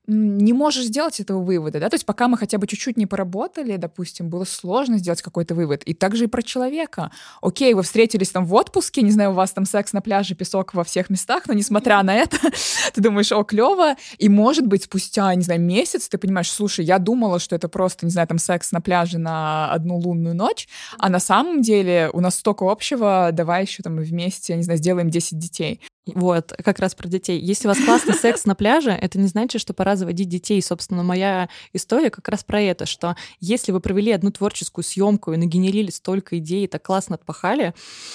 не можешь сделать этого вывода, да, то есть пока мы хотя бы чуть-чуть не поработали, допустим, было сложно сделать какой-то вывод. И также и про человека. Окей, вы встретились там в отпуске, не знаю, у вас там секс на пляже, песок во всех местах, но несмотря на это, ты думаешь, о, клево, и может быть спустя, не знаю, месяц ты понимаешь, слушай, я думала, что это просто, не знаю, там секс на пляже на одну лунную ночь, а на самом деле у нас столько общего, давай еще там вместе, не знаю, сделаем десять детей. Вот, как раз про детей. Если у вас классный секс на пляже, это не значит, что пора заводить детей. Собственно, моя история как раз про это, что если вы провели одну творческую съемку и нагенерили столько идей, так классно отпахали,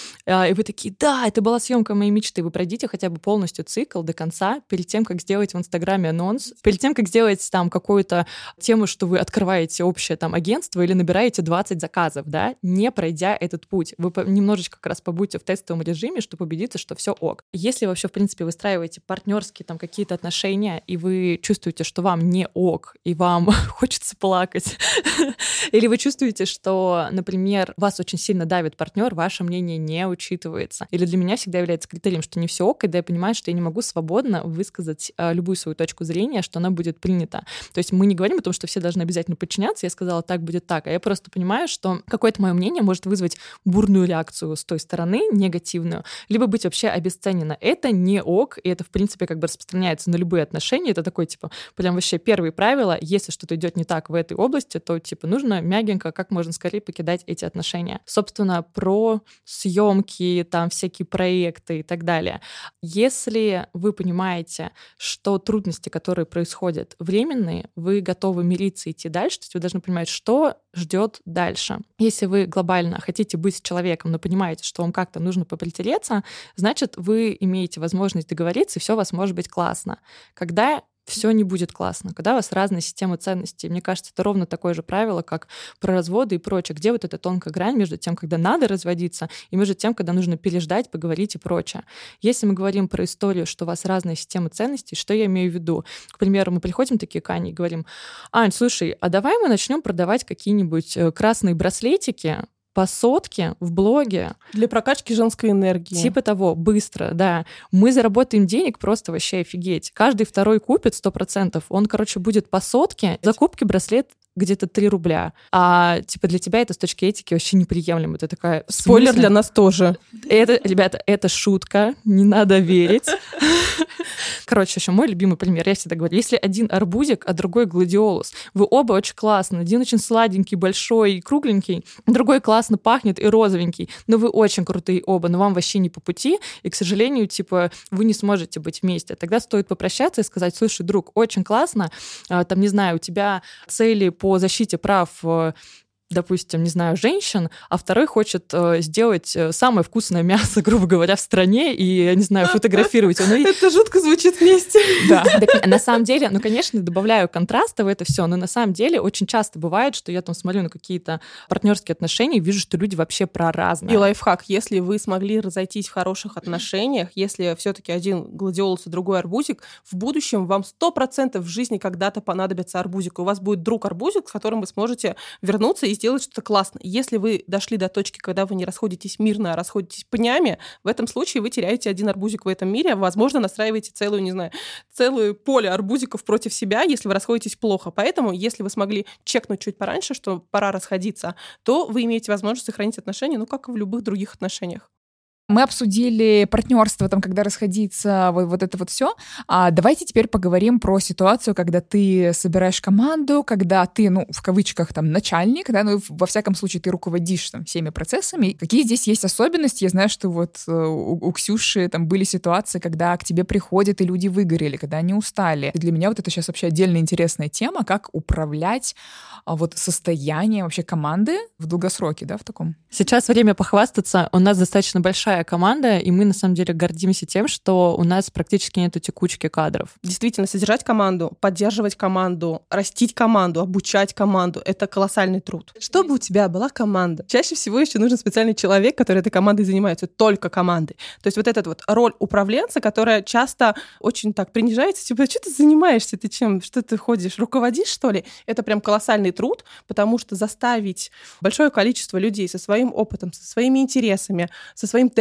и вы такие, да, это была съемка моей мечты, вы пройдите хотя бы полностью цикл до конца, перед тем, как сделать в Инстаграме анонс, перед тем, как сделать там какую-то тему, что вы открываете общее там агентство или набираете двадцать заказов, да, не пройдя этот путь. Вы немножечко как раз побудьте в тестовом режиме, чтобы убедиться, что все ок. Если вообще, в принципе, выстраиваете партнерские там какие-то отношения, и вы чувствуете, что вам не ок, и вам хочется плакать, или вы чувствуете, что, например, вас очень сильно давит партнер, ваше мнение не учитывается. Или для меня всегда является критерием, что не все ок, когда я понимаю, что я не могу свободно высказать а, любую свою точку зрения, что она будет принята. То есть мы не говорим о том, что все должны обязательно подчиняться, я сказала, так будет так, а я просто понимаю, что какое-то мое мнение может вызвать бурную реакцию с той стороны, негативную, либо быть вообще обесценено. Это не ок, и это, в принципе, как бы распространяется на любые отношения. Это такой, типа, прям вообще первые правила. Если что-то идет не так в этой области, то, типа, нужно мягенько, как можно скорее покидать эти отношения. Собственно, про съемки, там, всякие проекты и так далее. Если вы понимаете, что трудности, которые происходят, временные, вы готовы мириться и идти дальше, то есть вы должны понимать, что ждет дальше. Если вы глобально хотите быть с человеком, но понимаете, что вам как-то нужно попритереться, значит, вы имеете возможность договориться, и все у вас может быть классно. Когда все не будет классно, когда у вас разные системы ценностей. Мне кажется, это ровно такое же правило, как про разводы и прочее. Где вот эта тонкая грань между тем, когда надо разводиться, и между тем, когда нужно переждать, поговорить и прочее. Если мы говорим про историю, что у вас разные системы ценностей, что я имею в виду? К примеру, мы приходим такие к Ане и говорим: Ань, слушай, а давай мы начнем продавать какие-нибудь красные браслетики по сотке в блоге. Для прокачки женской энергии. Типа того, быстро, да. Мы заработаем денег просто вообще офигеть. Каждый второй купит сто процентов. Он, короче, будет по сотке. Закупки браслет где-то три рубля. А типа для тебя это с точки этики вообще неприемлемо. Ты такая... Спойлер для нас тоже. Это, ребята, это шутка. Не надо верить. Короче, еще мой любимый пример. Я всегда говорю, если один арбузик, а другой гладиолус, вы оба очень классные. Один очень сладенький, большой и кругленький, другой классно пахнет и розовенький. Но вы очень крутые оба, но вам вообще не по пути. И, к сожалению, типа, вы не сможете быть вместе. Тогда стоит попрощаться и сказать: слушай, друг, очень классно. Там, не знаю, у тебя цели по защите прав, допустим, не знаю, женщин, а второй хочет э, сделать самое вкусное мясо, грубо говоря, в стране, и, я не знаю, фотографировать его. Ну, это жутко звучит вместе. Да, так, на самом деле, ну, конечно, добавляю контраста в это все, но на самом деле очень часто бывает, что я там смотрю на какие-то партнерские отношения и вижу, что люди вообще про разное. И лайфхак: если вы смогли разойтись в хороших отношениях, если все-таки один гладиолус и другой арбузик, в будущем вам сто процентов в жизни когда-то понадобится арбузик. У вас будет друг-арбузик, с которым вы сможете вернуться и сделать что-то классно. Если вы дошли до точки, когда вы не расходитесь мирно, а расходитесь пнями, в этом случае вы теряете один арбузик в этом мире, а, возможно, настраиваете целую, не знаю, целое поле арбузиков против себя, если вы расходитесь плохо. Поэтому, если вы смогли чекнуть чуть пораньше, что пора расходиться, то вы имеете возможность сохранить отношения, ну, как и в любых других отношениях. Мы обсудили партнерство, там, когда расходиться, вот, вот это вот все. А давайте теперь поговорим про ситуацию, когда ты собираешь команду, когда ты, ну, в кавычках, там, начальник, да, ну, во всяком случае, ты руководишь там всеми процессами. Какие здесь есть особенности? Я знаю, что вот у, у Ксюши там были ситуации, когда к тебе приходят, и люди выгорели, когда они устали. И для меня вот это сейчас вообще отдельно интересная тема, как управлять а, вот состоянием вообще команды в долгосроке, да, в таком. Сейчас время похвастаться. У нас достаточно большая команда, и мы на самом деле гордимся тем, что у нас практически нету текучки кадров. Действительно, содержать команду, поддерживать команду, растить команду, обучать команду — это колоссальный труд. Чтобы у тебя была команда, чаще всего еще нужен специальный человек, который этой командой занимается, только командой. То есть вот эта вот роль управленца, которая часто очень так принижается, типа: что ты занимаешься, ты чем, что ты ходишь, руководишь, что ли? Это прям колоссальный труд, потому что заставить большое количество людей со своим опытом, со своими интересами, со своим темпом,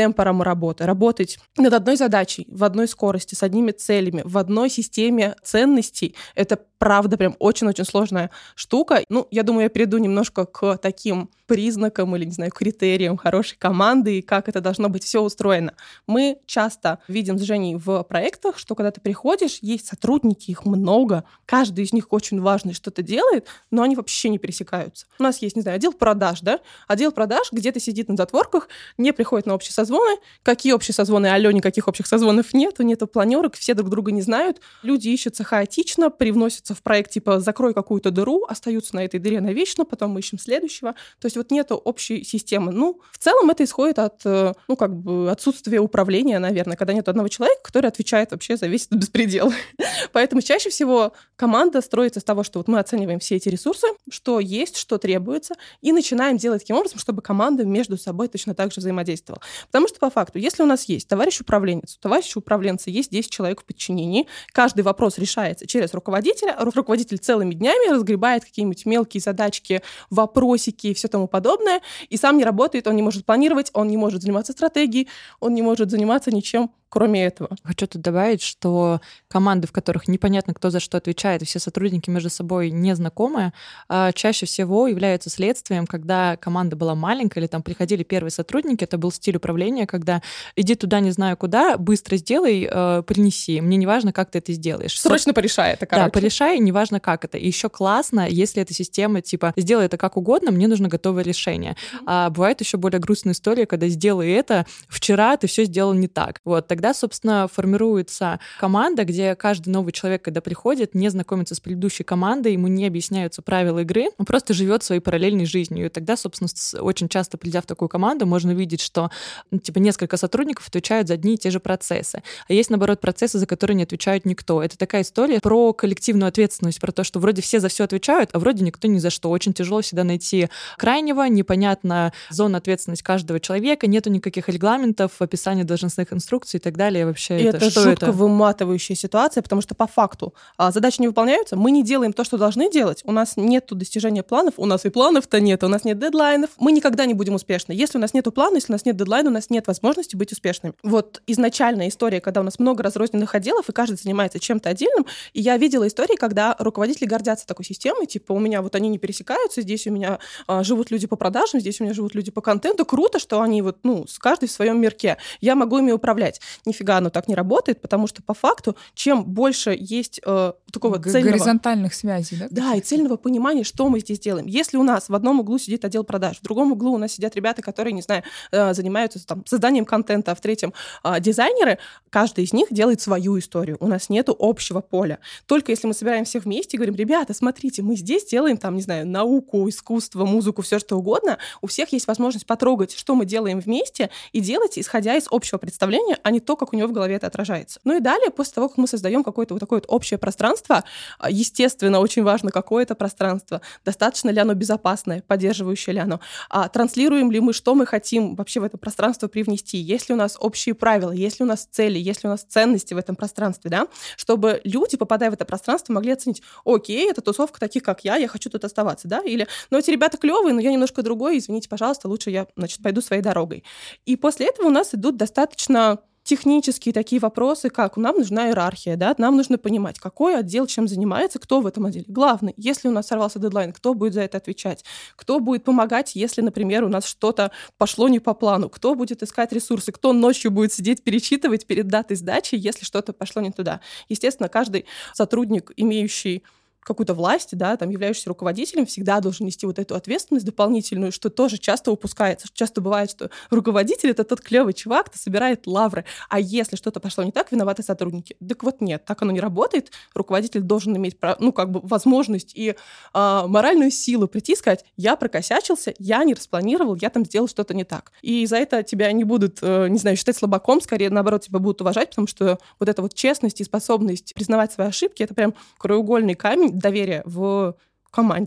темпором работы, работать над одной задачей, в одной скорости, с одними целями, в одной системе ценностей. Это правда прям очень-очень сложная штука. Ну, я думаю, я перейду немножко к таким признакам или, не знаю, критериям хорошей команды и как это должно быть все устроено. Мы часто видим с Женей в проектах, что когда ты приходишь, есть сотрудники, их много, каждый из них очень важный, что-то делает, но они вообще не пересекаются. У нас есть, не знаю, отдел продаж, да? Отдел продаж где-то сидит на затворках, не приходит на общие созвоны. Какие общие созвоны? Алло, никаких общих созвонов нету, нету планерок, все друг друга не знают. Люди ищутся хаотично, привносятся в проект, типа, закрой какую-то дыру, остаются на этой дыре навечно, потом мы ищем следующего. То есть вот нету общей системы. Ну, в целом это исходит от, ну, как бы, отсутствия управления, наверное, когда нет одного человека, который отвечает вообще за весь этот беспредел. Поэтому чаще всего команда строится с того, что вот мы оцениваем все эти ресурсы, что есть, что требуется, и начинаем делать таким образом, чтобы команда между собой точно так же взаимодействовала. Потому что по факту, если у нас есть товарищ управленец, у товарища управленца есть десять человек в подчинении, каждый вопрос решается через руководителя, руководитель целыми днями разгребает какие-нибудь мелкие задачки, вопросики и все тому подобное, и сам не работает, он не может планировать, он не может заниматься стратегией, он не может заниматься ничем, кроме этого. Хочу тут добавить, что команды, в которых непонятно, кто за что отвечает, и все сотрудники между собой не знакомы, чаще всего являются следствием, когда команда была маленькая, или там приходили первые сотрудники, это был стиль управления, когда иди туда, не знаю куда, быстро сделай, принеси. Мне не важно, как ты это сделаешь. Срочно порешай это, короче. Да, порешай, неважно, как это. И еще классно, если эта система, типа, сделай это как угодно, мне нужно готовое решение. Mm-hmm. А бывает еще более грустная история, когда сделай это, вчера ты все сделал не так. Вот, тогда Тогда, собственно, формируется команда, где каждый новый человек, когда приходит, не знакомится с предыдущей командой, ему не объясняются правила игры, он просто живет своей параллельной жизнью. И тогда, собственно, очень часто, придя в такую команду, можно видеть, что ну, типа несколько сотрудников отвечают за одни и те же процессы. А есть, наоборот, процессы, за которые не отвечает никто. Это такая история про коллективную ответственность, про то, что вроде все за все отвечают, а вроде никто ни за что. Очень тяжело всегда найти крайнего, непонятна зона ответственности каждого человека, нету никаких регламентов, описания должностных инструкций и так далее. Вообще и это, это что жутко это? выматывающая ситуация, потому что по факту а, задачи не выполняются, мы не делаем то, что должны делать, у нас нет достижения планов, у нас и планов-то нет, у нас нет дедлайнов, мы никогда не будем успешны. Если у нас нет плана, если у нас нет дедлайна, у нас нет возможности быть успешными. Вот изначальная история, когда у нас много разрозненных отделов, и каждый занимается чем-то отдельным, и я видела истории, когда руководители гордятся такой системой, типа у меня вот они не пересекаются, здесь у меня а, живут люди по продажам, здесь у меня живут люди по контенту, круто, что они вот, ну, каждый в своем мирке, я могу ими управлять. Нифига оно так не работает, потому что по факту, чем больше есть э, такого Г- цельного... горизонтальных связей, да? Да, и цельного понимания, что мы здесь делаем. Если у нас в одном углу сидит отдел продаж, в другом углу у нас сидят ребята, которые, не знаю, э, занимаются там, созданием контента, а в третьем э, дизайнеры, каждый из них делает свою историю. У нас нету общего поля. Только если мы собираем всех вместе и говорим, ребята, смотрите, мы здесь делаем там, не знаю, науку, искусство, музыку, все что угодно, у всех есть возможность потрогать, что мы делаем вместе, и делать, исходя из общего представления, а не то, как у него в голове это отражается. Ну и далее, после того, как мы создаем какое-то вот такое вот общее пространство, естественно, очень важно, какое это пространство, достаточно ли оно безопасное, поддерживающее ли оно, а транслируем ли мы, что мы хотим вообще в это пространство привнести, есть ли у нас общие правила, есть ли у нас цели, есть ли у нас ценности в этом пространстве, да, чтобы люди, попадая в это пространство, могли оценить, окей, это тусовка таких, как я, я хочу тут оставаться, да, или, ну, эти ребята клевые, но я немножко другой, извините, пожалуйста, лучше я, значит, пойду своей дорогой. И после этого у нас идут достаточно технические такие вопросы, как нам нужна иерархия, да, нам нужно понимать, какой отдел чем занимается, кто в этом отделе главный. Если у нас сорвался дедлайн, кто будет за это отвечать? Кто будет помогать, если, например, у нас что-то пошло не по плану? Кто будет искать ресурсы? Кто ночью будет сидеть, перечитывать перед датой сдачи, если что-то пошло не туда? Естественно, каждый сотрудник, имеющий какую-то власть, да, там, являющийся руководителем, всегда должен нести вот эту ответственность дополнительную, что тоже часто упускается. Часто бывает, что руководитель — это тот клевый чувак, кто собирает лавры. А если что-то пошло не так, виноваты сотрудники. Так вот нет, так оно не работает. Руководитель должен иметь, ну, как бы возможность и а, моральную силу прийти и сказать, я прокосячился, я не распланировал, я там сделал что-то не так. И за это тебя не будут, не знаю, считать слабаком, скорее, наоборот, тебя будут уважать, потому что вот эта вот честность и способность признавать свои ошибки — это прям краеугольный камень доверия в команде.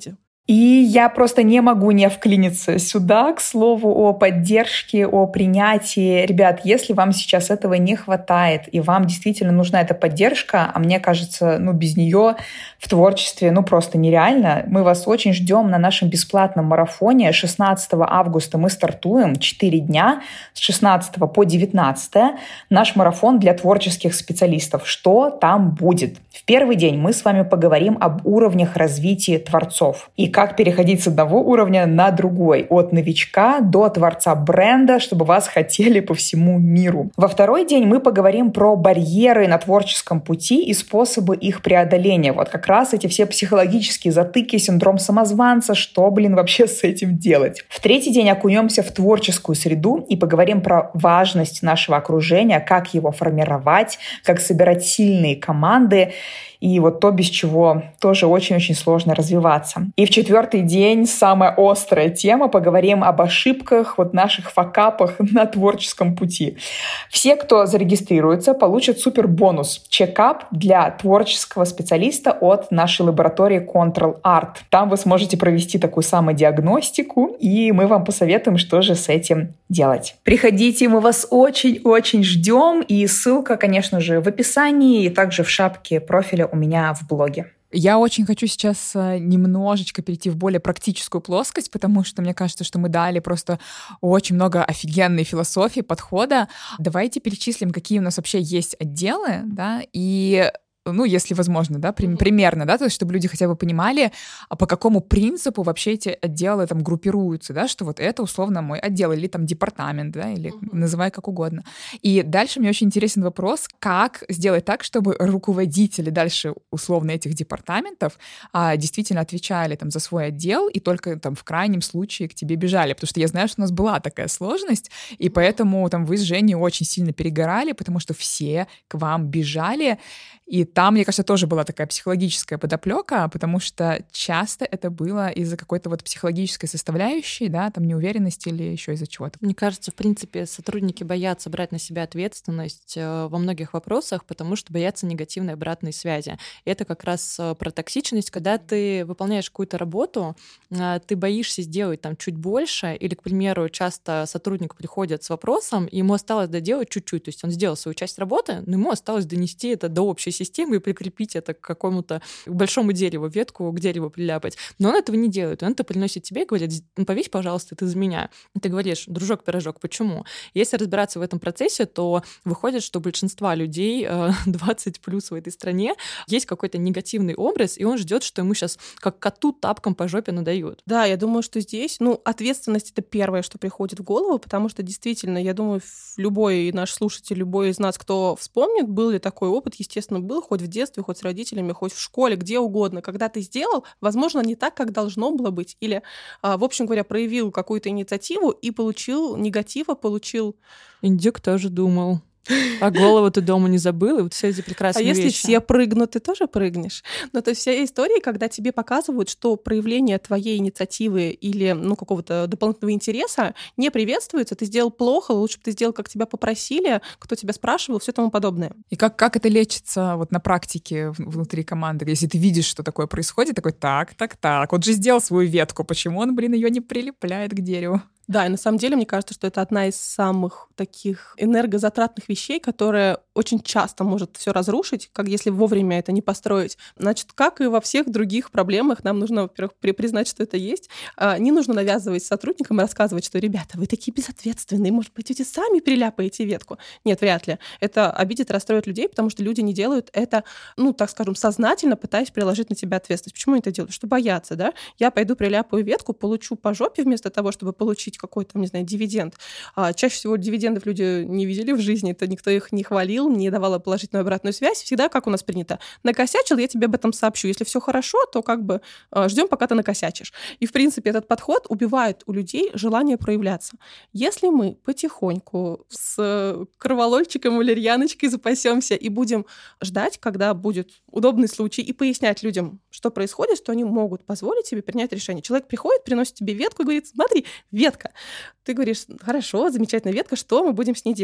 И я просто не могу не вклиниться сюда, к слову, о поддержке, о принятии. Ребят, если вам сейчас этого не хватает, и вам действительно нужна эта поддержка, а мне кажется, ну, без нее в творчестве, ну, просто нереально, мы вас очень ждем на нашем бесплатном марафоне. шестнадцатого августа мы стартуем, четыре дня, с шестнадцатого по девятнадцатое, наш марафон для творческих специалистов. Что там будет? В первый день мы с вами поговорим об уровнях развития творцов и как переходить с одного уровня на другой, от новичка до творца бренда, чтобы вас хотели по всему миру. Во второй день мы поговорим про барьеры на творческом пути и способы их преодоления. Вот как раз эти все психологические затыки, синдром самозванца, что, блин, вообще с этим делать. В третий день окунемся в творческую среду и поговорим про важность нашего окружения, как его формировать, как собирать сильные команды, и вот то, без чего тоже очень-очень сложно развиваться. И в четвертый день самая острая тема. Поговорим об ошибках, вот наших факапах на творческом пути. Все, кто зарегистрируется, получат супер бонус. Чекап для творческого специалиста от нашей лаборатории Control Art. Там вы сможете провести такую самодиагностику, и мы вам посоветуем, что же с этим делать. Приходите, мы вас очень-очень ждем. И ссылка, конечно же, в описании и также в шапке профиля у меня в блоге. Я очень хочу сейчас немножечко перейти в более практическую плоскость, потому что мне кажется, что мы дали просто очень много офигенной философии, подхода. Давайте перечислим, какие у нас вообще есть отделы, да, и ну, если возможно, да, при, примерно, да, то есть чтобы люди хотя бы понимали, а по какому принципу вообще эти отделы там группируются, да, что вот это условно мой отдел или там департамент, да, или uh-huh. называй как угодно. И дальше мне очень интересен вопрос, как сделать так, чтобы руководители дальше условно этих департаментов а, действительно отвечали там за свой отдел и только там в крайнем случае к тебе бежали, потому что я знаю, что у нас была такая сложность, и поэтому там вы с Женей очень сильно перегорали, потому что все к вам бежали. И там, мне кажется, тоже была такая психологическая подоплека, потому что часто это было из-за какой-то вот психологической составляющей, да, там неуверенности или еще из-за чего-то. Мне кажется, в принципе, сотрудники боятся брать на себя ответственность во многих вопросах, потому что боятся негативной обратной связи. И это как раз про токсичность, когда ты выполняешь какую-то работу, ты боишься сделать там чуть больше, или, к примеру, часто сотрудник приходит с вопросом, и ему осталось доделать чуть-чуть, то есть он сделал свою часть работы, но ему осталось донести это до общей системы и прикрепить это к какому-то большому дереву, ветку к дереву приляпать. Но он этого не делает. Он это приносит тебе и говорит: ну, повесь, пожалуйста, это за меня. И ты говоришь: дружок-пирожок, почему? Если разбираться в этом процессе, то выходит, что у большинства людей двадцать плюс в этой стране есть какой-то негативный образ, и он ждет, что ему сейчас как коту тапком по жопе надают. Да, я думаю, что здесь, ну, ответственность — это первое, что приходит в голову, потому что действительно, я думаю, любой наш слушатель, любой из нас, кто вспомнит, был ли такой опыт, естественно, был, хоть в детстве, хоть с родителями, хоть в школе, где угодно. Когда ты сделал, возможно, не так, как должно было быть. Или, в общем говоря, проявил какую-то инициативу и получил негатива, получил... Индюк тоже думал. А голову ты дома не забыл, и вот все эти прекрасные вещи. А если вещи. все прыгнут, ты тоже прыгнешь? Ну, то есть вся история, когда тебе показывают, что проявление твоей инициативы или, ну, какого-то дополнительного интереса не приветствуется, ты сделал плохо, лучше бы ты сделал, как тебя попросили, кто тебя спрашивал, все тому подобное. И как, как это лечится вот на практике внутри команды? Если ты видишь, что такое происходит, такой: так, так, так, он же сделал свою ветку, почему он, блин, ее не прилепляет к дереву? Да, и на самом деле, мне кажется, что это одна из самых таких энергозатратных вещей, которая очень часто может все разрушить, как если вовремя это не построить. Значит, как и во всех других проблемах, нам нужно, во-первых, признать, что это есть. Не нужно навязывать сотрудникам и рассказывать, что: ребята, вы такие безответственные, может быть, вы сами приляпаете ветку. Нет, вряд ли. Это обидит, расстроит людей, потому что люди не делают это, ну, так скажем, сознательно, пытаясь приложить на себя ответственность. Почему они это делают? Что боятся, да? Я пойду приляпаю ветку, получу по жопе вместо того, чтобы получить какой-то, не знаю, дивиденд. А чаще всего дивидендов люди не видели в жизни, это никто их не хвалил, не давала положительную обратную связь. Всегда, как у нас принято: накосячил, я тебе об этом сообщу. Если все хорошо, то как бы ждем, пока ты накосячишь. И, в принципе, этот подход убивает у людей желание проявляться. Если мы потихоньку с кроволольчиком, валерьяночкой запасемся и будем ждать, когда будет удобный случай, и пояснять людям, что происходит, что они могут позволить себе принять решение. Человек приходит, приносит тебе ветку и говорит: смотри, ветка. Ты говоришь: хорошо, замечательная ветка, что мы будем с ней делать?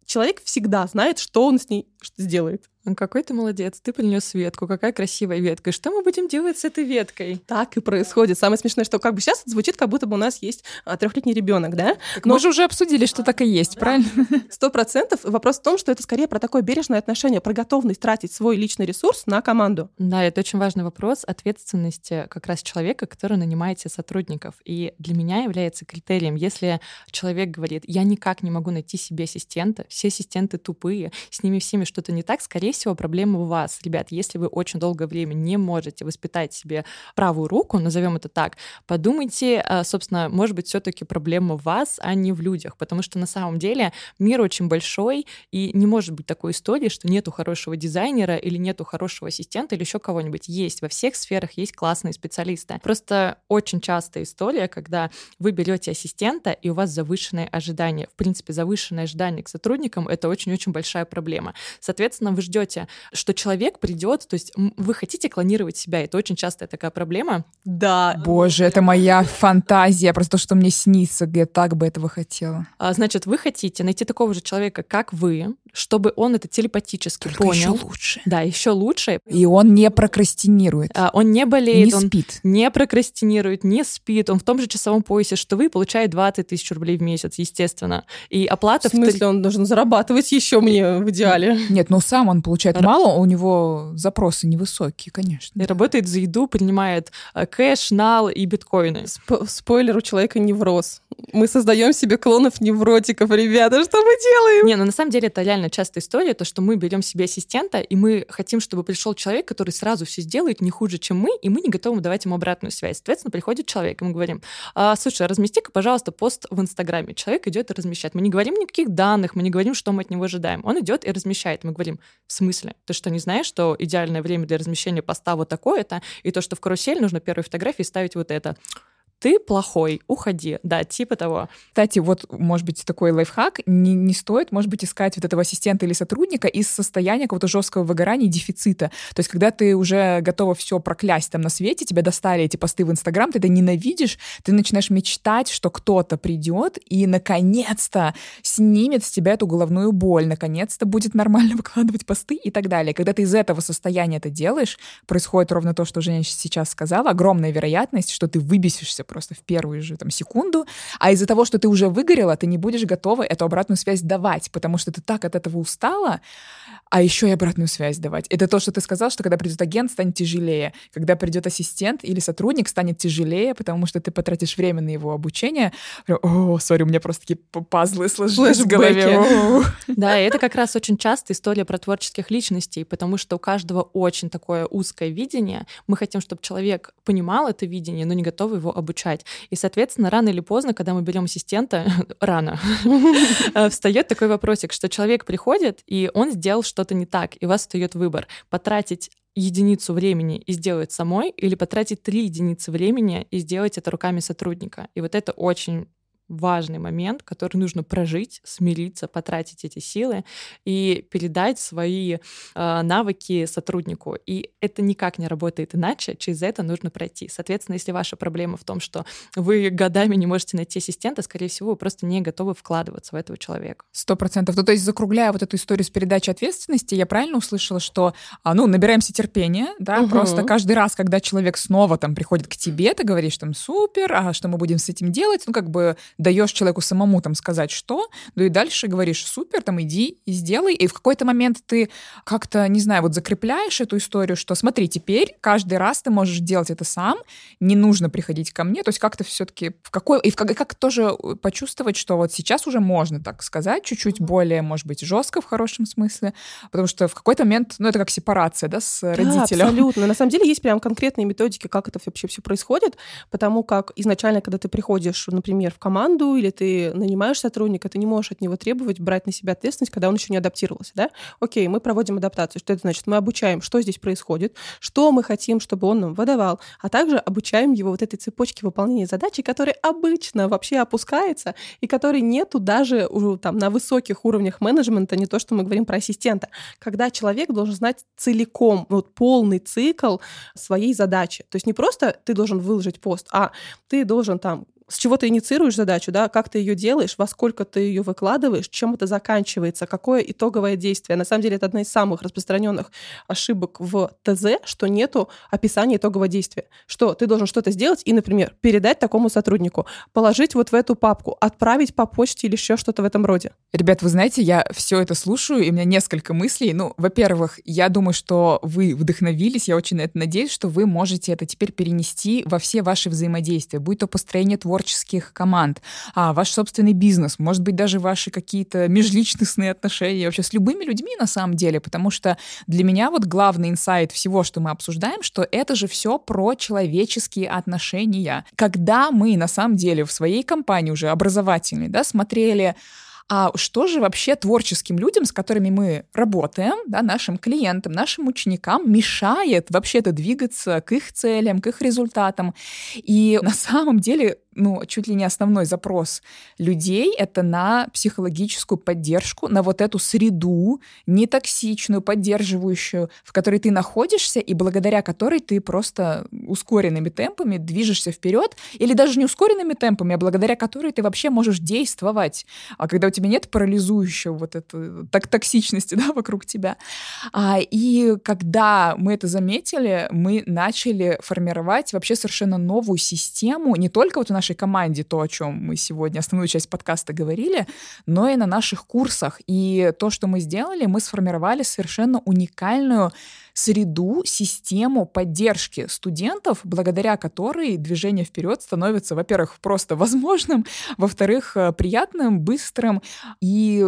человек всегда знает, что он с ней сделает. Какой ты молодец, ты принес ветку, какая красивая ветка. И что мы будем делать с этой веткой? Так и происходит. Самое смешное, что как бы сейчас это звучит, как будто бы у нас есть а, трехлетний ребенок, да? Но... Мы же уже обсудили, что так и есть, да, правильно? Сто процентов. Вопрос в том, что это скорее про такое бережное отношение, про готовность тратить свой личный ресурс на команду. Да, это очень важный вопрос ответственности как раз человека, который нанимает себе сотрудников. И для меня является критерием, если человек говорит, я никак не могу найти себе ассистента, все ассистенты тупые, с ними всеми что-то не так, скорее всего, проблема у вас. Ребят, если вы очень долгое время не можете воспитать себе правую руку, назовем это так, подумайте, собственно, может быть, все-таки проблема в вас, а не в людях, потому что на самом деле мир очень большой, и не может быть такой истории, что нету хорошего дизайнера или нету хорошего ассистента или еще кого-нибудь. Есть, во всех сферах есть классные специалисты. Просто очень частая история, когда вы берете ассистента, и у вас завышенные ожидания. В принципе, завышенное ожидание к сотрудникам — это очень-очень большая проблема. Соответственно, вы ждете, что человек придет, то есть вы хотите клонировать себя, это очень частая такая проблема. Да. Боже, это моя фантазия, просто то, что мне снится, я так бы этого хотела. А, значит, вы хотите найти такого же человека, как вы, чтобы он это телепатически Только понял. еще лучше. Да, еще лучше. И он не прокрастинирует. А, он не болеет. Не он спит. Не прокрастинирует, не спит. Он в том же часовом поясе, что вы, получает двадцать тысяч рублей в месяц, естественно. И оплата... В смысле, в... он должен зарабатывать еще мне в идеале? Нет, ну сам он получает Р... мало, у него запросы невысокие, конечно. И работает за еду, принимает кэш, нал и биткоины. Сп- спойлер, у человека невроз. Мы создаем себе клонов невротиков, ребята, что мы делаем? Не, ну на самом деле это реально частая история, то, что мы берем себе ассистента, и мы хотим, чтобы пришел человек, который сразу все сделает не хуже, чем мы, и мы не готовы давать ему обратную связь. Соответственно, приходит человек, и мы говорим, а, слушай, размести-ка, пожалуйста, пост в Инстаграме. Человек идет и размещает. Мы не говорим никаких данных, мы не говорим, что мы от него ожидаем. Он идет и размещает. Мы говорим, в смысле? Ты что, не знаешь, что идеальное время для размещения поста вот такое-то, и то, что в карусель нужно первой фотографии ставить вот это? Ты плохой, уходи. Да, типа того. Кстати, вот, может быть, такой лайфхак. Не, не стоит, может быть, искать вот этого ассистента или сотрудника из состояния какого-то жесткого выгорания и дефицита. То есть, когда ты уже готова все проклясть там на свете, тебя достали эти посты в Инстаграм, ты это ненавидишь, ты начинаешь мечтать, что кто-то придет и, наконец-то, снимет с тебя эту головную боль, наконец-то будет нормально выкладывать посты и так далее. Когда ты из этого состояния это делаешь, происходит ровно то, что Женя сейчас сказала, огромная вероятность, что ты выбесишься просто в первую же там секунду, а из-за того, что ты уже выгорела, ты не будешь готова эту обратную связь давать, потому что ты так от этого устала, а еще и обратную связь давать. Это то, что ты сказал, что когда придет агент, станет тяжелее. Когда придет ассистент или сотрудник, станет тяжелее, потому что ты потратишь время на его обучение. О, сори, у меня просто такие пазлы сложились в голове. Да, и это как раз очень часто история про творческих личностей, потому что у каждого очень такое узкое видение. Мы хотим, чтобы человек понимал это видение, но не готовы его обучать. И, соответственно, рано или поздно, когда мы берем ассистента, рано, встает такой вопросик, что человек приходит, и он сделал что-то не так, и у вас встает выбор: потратить единицу времени и сделать самой, или потратить три единицы времени и сделать это руками сотрудника. И вот это очень важный момент, который нужно прожить, смириться, потратить эти силы и передать свои э, навыки сотруднику. И это никак не работает иначе, через это нужно пройти. Соответственно, если ваша проблема в том, что вы годами не можете найти ассистента, скорее всего, вы просто не готовы вкладываться в этого человека. Сто процентов. Ну, то есть, закругляя вот эту историю с передачей ответственности, я правильно услышала, что, ну, набираемся терпения, да, угу. Просто каждый раз, когда человек снова там приходит к тебе, ты говоришь там: супер, а что мы будем с этим делать? Ну, как бы даешь человеку самому там сказать, что, ну и дальше говоришь: супер, там иди и сделай. И в какой-то момент ты как-то, не знаю, вот закрепляешь эту историю, что смотри, теперь каждый раз ты можешь делать это сам, не нужно приходить ко мне. То есть как-то все-таки в какой... И в как, как тоже почувствовать, что вот сейчас уже можно так сказать, чуть-чуть более, может быть, жестко в хорошем смысле, потому что в какой-то момент, ну это как сепарация, да, с да, родителем. Абсолютно. На самом деле есть прям конкретные методики, как это вообще все происходит, потому как изначально, когда ты приходишь, например, в команду, или ты нанимаешь сотрудника, ты не можешь от него требовать брать на себя ответственность, когда он еще не адаптировался, да? Окей, мы проводим адаптацию. Что это значит? Мы обучаем, что здесь происходит, что мы хотим, чтобы он нам выдавал, а также обучаем его вот этой цепочке выполнения задачи, которая обычно вообще опускается и которой нету даже уже там на высоких уровнях менеджмента, не то, что мы говорим про ассистента, когда человек должен знать целиком, вот полный цикл своей задачи. То есть не просто ты должен выложить пост, а ты должен там с чего ты инициируешь задачу, да, как ты ее делаешь, во сколько ты ее выкладываешь, чем это заканчивается, какое итоговое действие. На самом деле это одна из самых распространенных ошибок в ТЗ, что нету описания итогового действия. Что ты должен что-то сделать и, например, передать такому сотруднику, положить вот в эту папку, отправить по почте или еще что-то в этом роде. Ребят, вы знаете, я все это слушаю, и у меня несколько мыслей. Ну, во-первых, я думаю, что вы вдохновились, я очень на это надеюсь, что вы можете это теперь перенести во все ваши взаимодействия, будь то построение творческих команд, а, ваш собственный бизнес, может быть, даже ваши какие-то межличностные отношения вообще с любыми людьми на самом деле, потому что для меня вот главный инсайт всего, что мы обсуждаем, что это же все про человеческие отношения. Когда мы на самом деле в своей компании уже образовательной, да, смотрели, а что же вообще творческим людям, с которыми мы работаем, да, нашим клиентам, нашим ученикам, мешает вообще-то двигаться к их целям, к их результатам. И на самом деле, ну, чуть ли не основной запрос людей — это на психологическую поддержку, на вот эту среду нетоксичную, поддерживающую, в которой ты находишься и благодаря которой ты просто ускоренными темпами движешься вперед, или даже не ускоренными темпами, а благодаря которой ты вообще можешь действовать. А когда у тебя нет парализующего вот этой так, токсичности, да, вокруг тебя. А, и когда мы это заметили, мы начали формировать вообще совершенно новую систему, не только вот у нас нашей команде, то, о чем мы сегодня основную часть подкаста говорили, но и на наших курсах. И то, что мы сделали, мы сформировали совершенно уникальную среду, систему поддержки студентов, благодаря которой движение вперед становится, во-первых, просто возможным, во-вторых, приятным, быстрым и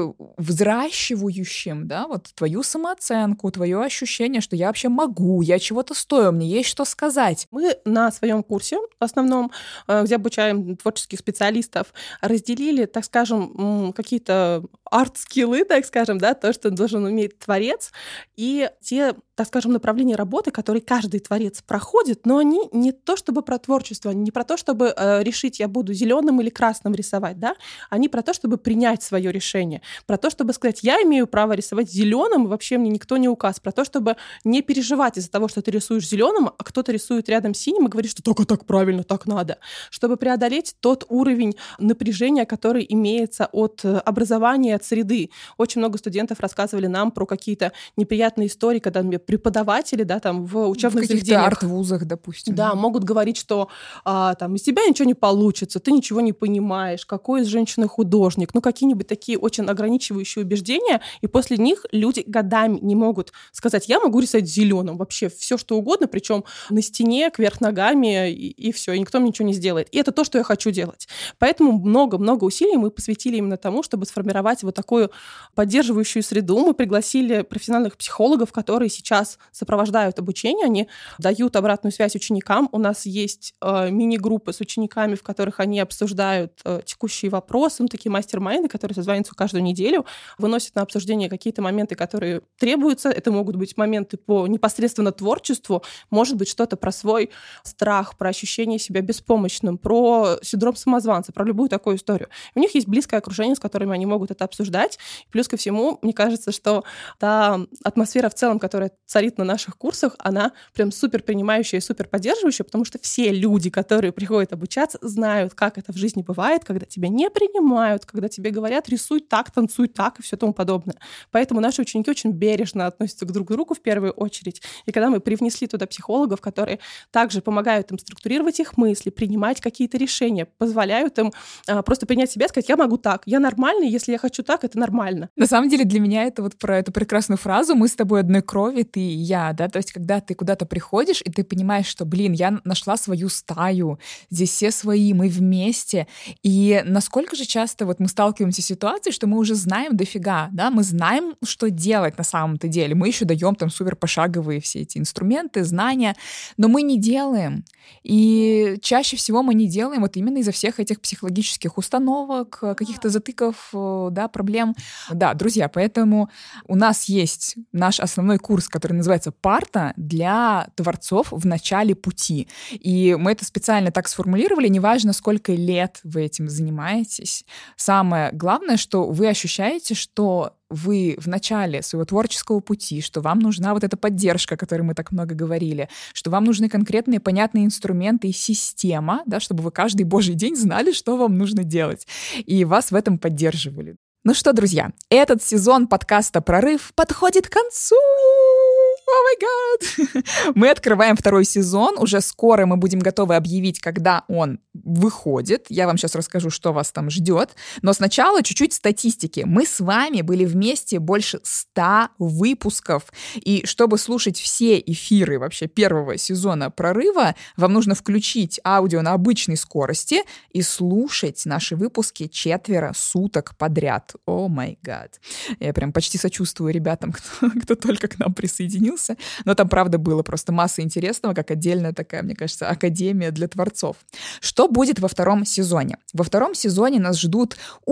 взращивающим, да, вот твою самооценку, твое ощущение, что я вообще могу, я чего-то стою, мне есть что сказать. Мы на своем курсе, в основном, где обучаем творческих специалистов, разделили, так скажем, какие-то арт-скиллы, так скажем, да, то, что должен уметь творец, и те, так скажем, направления работы, которые каждый творец проходит, но они не то чтобы про творчество, не про то, чтобы э, решить, я буду зеленым или красным рисовать, да, они про то, чтобы принять свое решение, про то, чтобы сказать, я имею право рисовать зеленым, и вообще мне никто не указ, про то, чтобы не переживать из-за того, что ты рисуешь зеленым, а кто-то рисует рядом синим и говорит, что только так правильно, так надо, чтобы преодолеть тот уровень напряжения, который имеется от образования, от среды. Очень много студентов рассказывали нам про какие-то неприятные истории, когда преподаватели, да, там в учебных в каких-то заведениях, арт-вузах, допустим, да, могут говорить, что а, там из тебя ничего не получится, ты ничего не понимаешь, какой из женщины художник, ну какие-нибудь такие очень ограничивающие убеждения, и после них люди годами не могут сказать, я могу рисовать зеленым, вообще все что угодно, причем на стене, кверх ногами, и, и все, и никто мне ничего не сделает. И это то, что я хочу делать. Поэтому много-много усилий мы посвятили именно тому, чтобы сформировать вот такую поддерживающую среду. Мы пригласили профессиональных психологов, которые сейчас сопровождают обучение, они дают обратную связь ученикам. У нас есть э, мини-группы с учениками, в которых они обсуждают э, текущие вопросы, ну, такие мастер-майнды, которые созваниваются каждую неделю, выносят на обсуждение какие-то моменты, которые требуются. Это могут быть моменты по непосредственно творчеству, может быть, что-то про свой страх, про ощущение себя беспомощным, про синдром самозванца, про любую такую историю. У них есть близкое окружение, с которыми они могут это обсуждать. Плюс ко всему, мне кажется, что та атмосфера в целом, которая царит на наших курсах, она прям супер принимающая и супер поддерживающая, потому что все люди, которые приходят обучаться, знают, как это в жизни бывает, когда тебя не принимают, когда тебе говорят, рисуй так, танцуй так и все тому подобное. Поэтому наши ученики очень бережно относятся к друг другу в первую очередь. И когда мы привнесли туда психологов, которые также помогают им структурировать их мысли, принимать какие-то решения, позволяют им а, просто принять себя и сказать, я могу так, я нормальный, если я хочу так, это нормально. На самом деле для меня это вот про эту прекрасную фразу «мы с тобой одной крови, ты и я», да, то есть когда ты куда-то приходишь, и ты понимаешь, что, блин, я нашла свою стаю, здесь все свои, мы вместе, и насколько же часто вот мы сталкиваемся с ситуацией, что мы уже знаем дофига, да, мы знаем, что делать на самом-то деле, мы еще даем там супер пошаговые все эти инструменты, знания, но мы не делаем, и чаще всего мы не делаем вот именно из-за всех этих психологических установок, каких-то затыков, да, проблем. Да, друзья, поэтому у нас есть наш основной курс, который называется «Парта» для творцов в начале пути. И мы это специально так сформулировали, неважно, сколько лет вы этим занимаетесь. Самое главное, что вы ощущаете, что вы в начале своего творческого пути, что вам нужна вот эта поддержка, о которой мы так много говорили, что вам нужны конкретные понятные инструменты и система, да, чтобы вы каждый божий день знали, что вам нужно делать, и вас в этом поддерживали. Ну что, друзья, этот сезон подкаста «Прорыв» подходит к концу. О май гад! Мы открываем второй сезон. Уже скоро мы будем готовы объявить, когда он выходит. Я вам сейчас расскажу, что вас там ждет. Но сначала чуть-чуть статистики. Мы с вами были вместе больше ста выпусков. И чтобы слушать все эфиры вообще первого сезона «Прорыва», вам нужно включить аудио на обычной скорости и слушать наши выпуски четверо суток подряд. О май гад! Я прям почти сочувствую ребятам, кто, кто только к нам присоединился. Но там, правда, было просто масса интересного, как отдельная такая, мне кажется, академия для творцов. Что будет во втором сезоне? Во втором сезоне нас ждут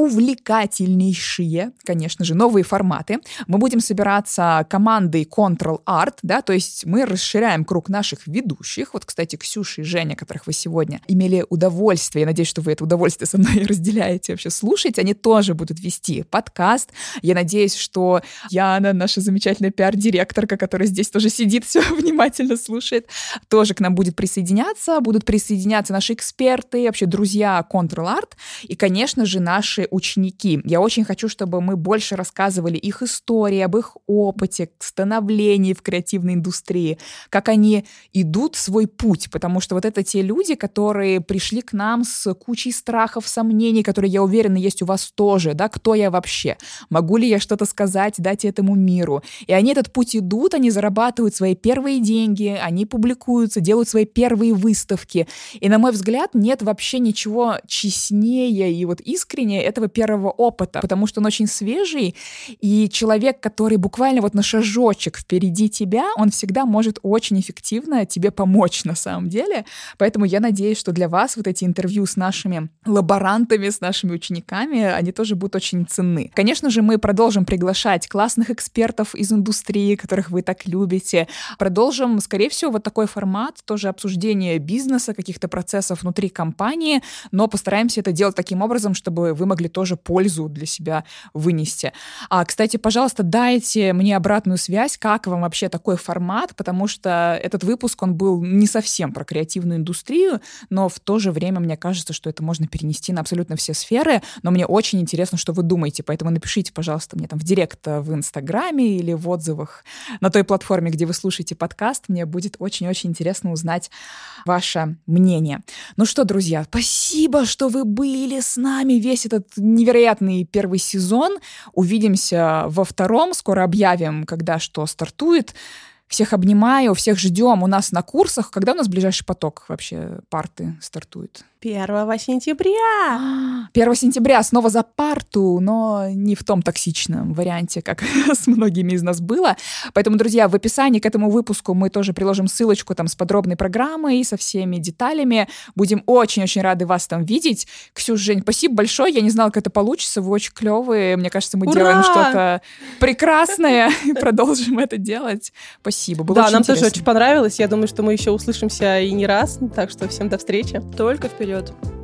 увлекательнейшие, конечно же, новые форматы. Мы будем собираться командой Control Art, да, то есть мы расширяем круг наших ведущих. Вот, кстати, Ксюша и Женя, которых вы сегодня имели удовольствие, я надеюсь, что вы это удовольствие со мной разделяете вообще слушать, они тоже будут вести подкаст. Я надеюсь, что Яна, наша замечательная пиар-директорка, которая здесь тоже сидит, все внимательно слушает, тоже к нам будет присоединяться, будут присоединяться наши эксперты, вообще друзья Control Art и, конечно же, наши ученики. Я очень хочу, чтобы мы больше рассказывали их истории, об их опыте, становлении в креативной индустрии, как они идут свой путь, потому что вот это те люди, которые пришли к нам с кучей страхов, сомнений, которые, я уверена, есть у вас тоже, да, кто я вообще, могу ли я что-то сказать, дать этому миру. И они этот путь идут, они зарабатывают свои первые деньги, они публикуются, делают свои первые выставки. И, на мой взгляд, нет вообще ничего честнее и вот искреннее этого первого опыта, потому что он очень свежий, и человек, который буквально вот на шажочек впереди тебя, он всегда может очень эффективно тебе помочь на самом деле. Поэтому я надеюсь, что для вас вот эти интервью с нашими лаборантами, с нашими учениками, они тоже будут очень ценны. Конечно же, мы продолжим приглашать классных экспертов из индустрии, которых вы так любите. Продолжим, скорее всего, вот такой формат, тоже обсуждение бизнеса, каких-то процессов внутри компании, но постараемся это делать таким образом, чтобы вы могли тоже пользу для себя вынести. А, кстати, пожалуйста, дайте мне обратную связь, как вам вообще такой формат, потому что этот выпуск, он был не совсем про креативную индустрию, но в то же время мне кажется, что это можно перенести на абсолютно все сферы, но мне очень интересно, что вы думаете, поэтому напишите, пожалуйста, мне там в директ в Инстаграме или в отзывах на той платформе, где вы слушаете подкаст. Мне будет очень-очень интересно узнать ваше мнение. Ну что, друзья, спасибо, что вы были с нами весь этот невероятный первый сезон. Увидимся во втором. Скоро объявим, когда что стартует. Всех обнимаю, всех ждем у нас на курсах. Когда у нас ближайший поток вообще парты стартует? первого сентября! первого сентября снова за парту, но не в том токсичном варианте, как с многими из нас было. Поэтому, друзья, в описании к этому выпуску мы тоже приложим ссылочку там с подробной программой, со всеми деталями. Будем очень-очень рады вас там видеть. Ксюш, Жень, спасибо большое. Я не знала, как это получится. Вы очень клевые. Мне кажется, мы Ура! делаем что-то прекрасное и продолжим это делать. Спасибо. Было да, очень нам интересно. тоже очень понравилось. Я думаю, что мы еще услышимся и не раз. Так что всем до встречи. Только вперед.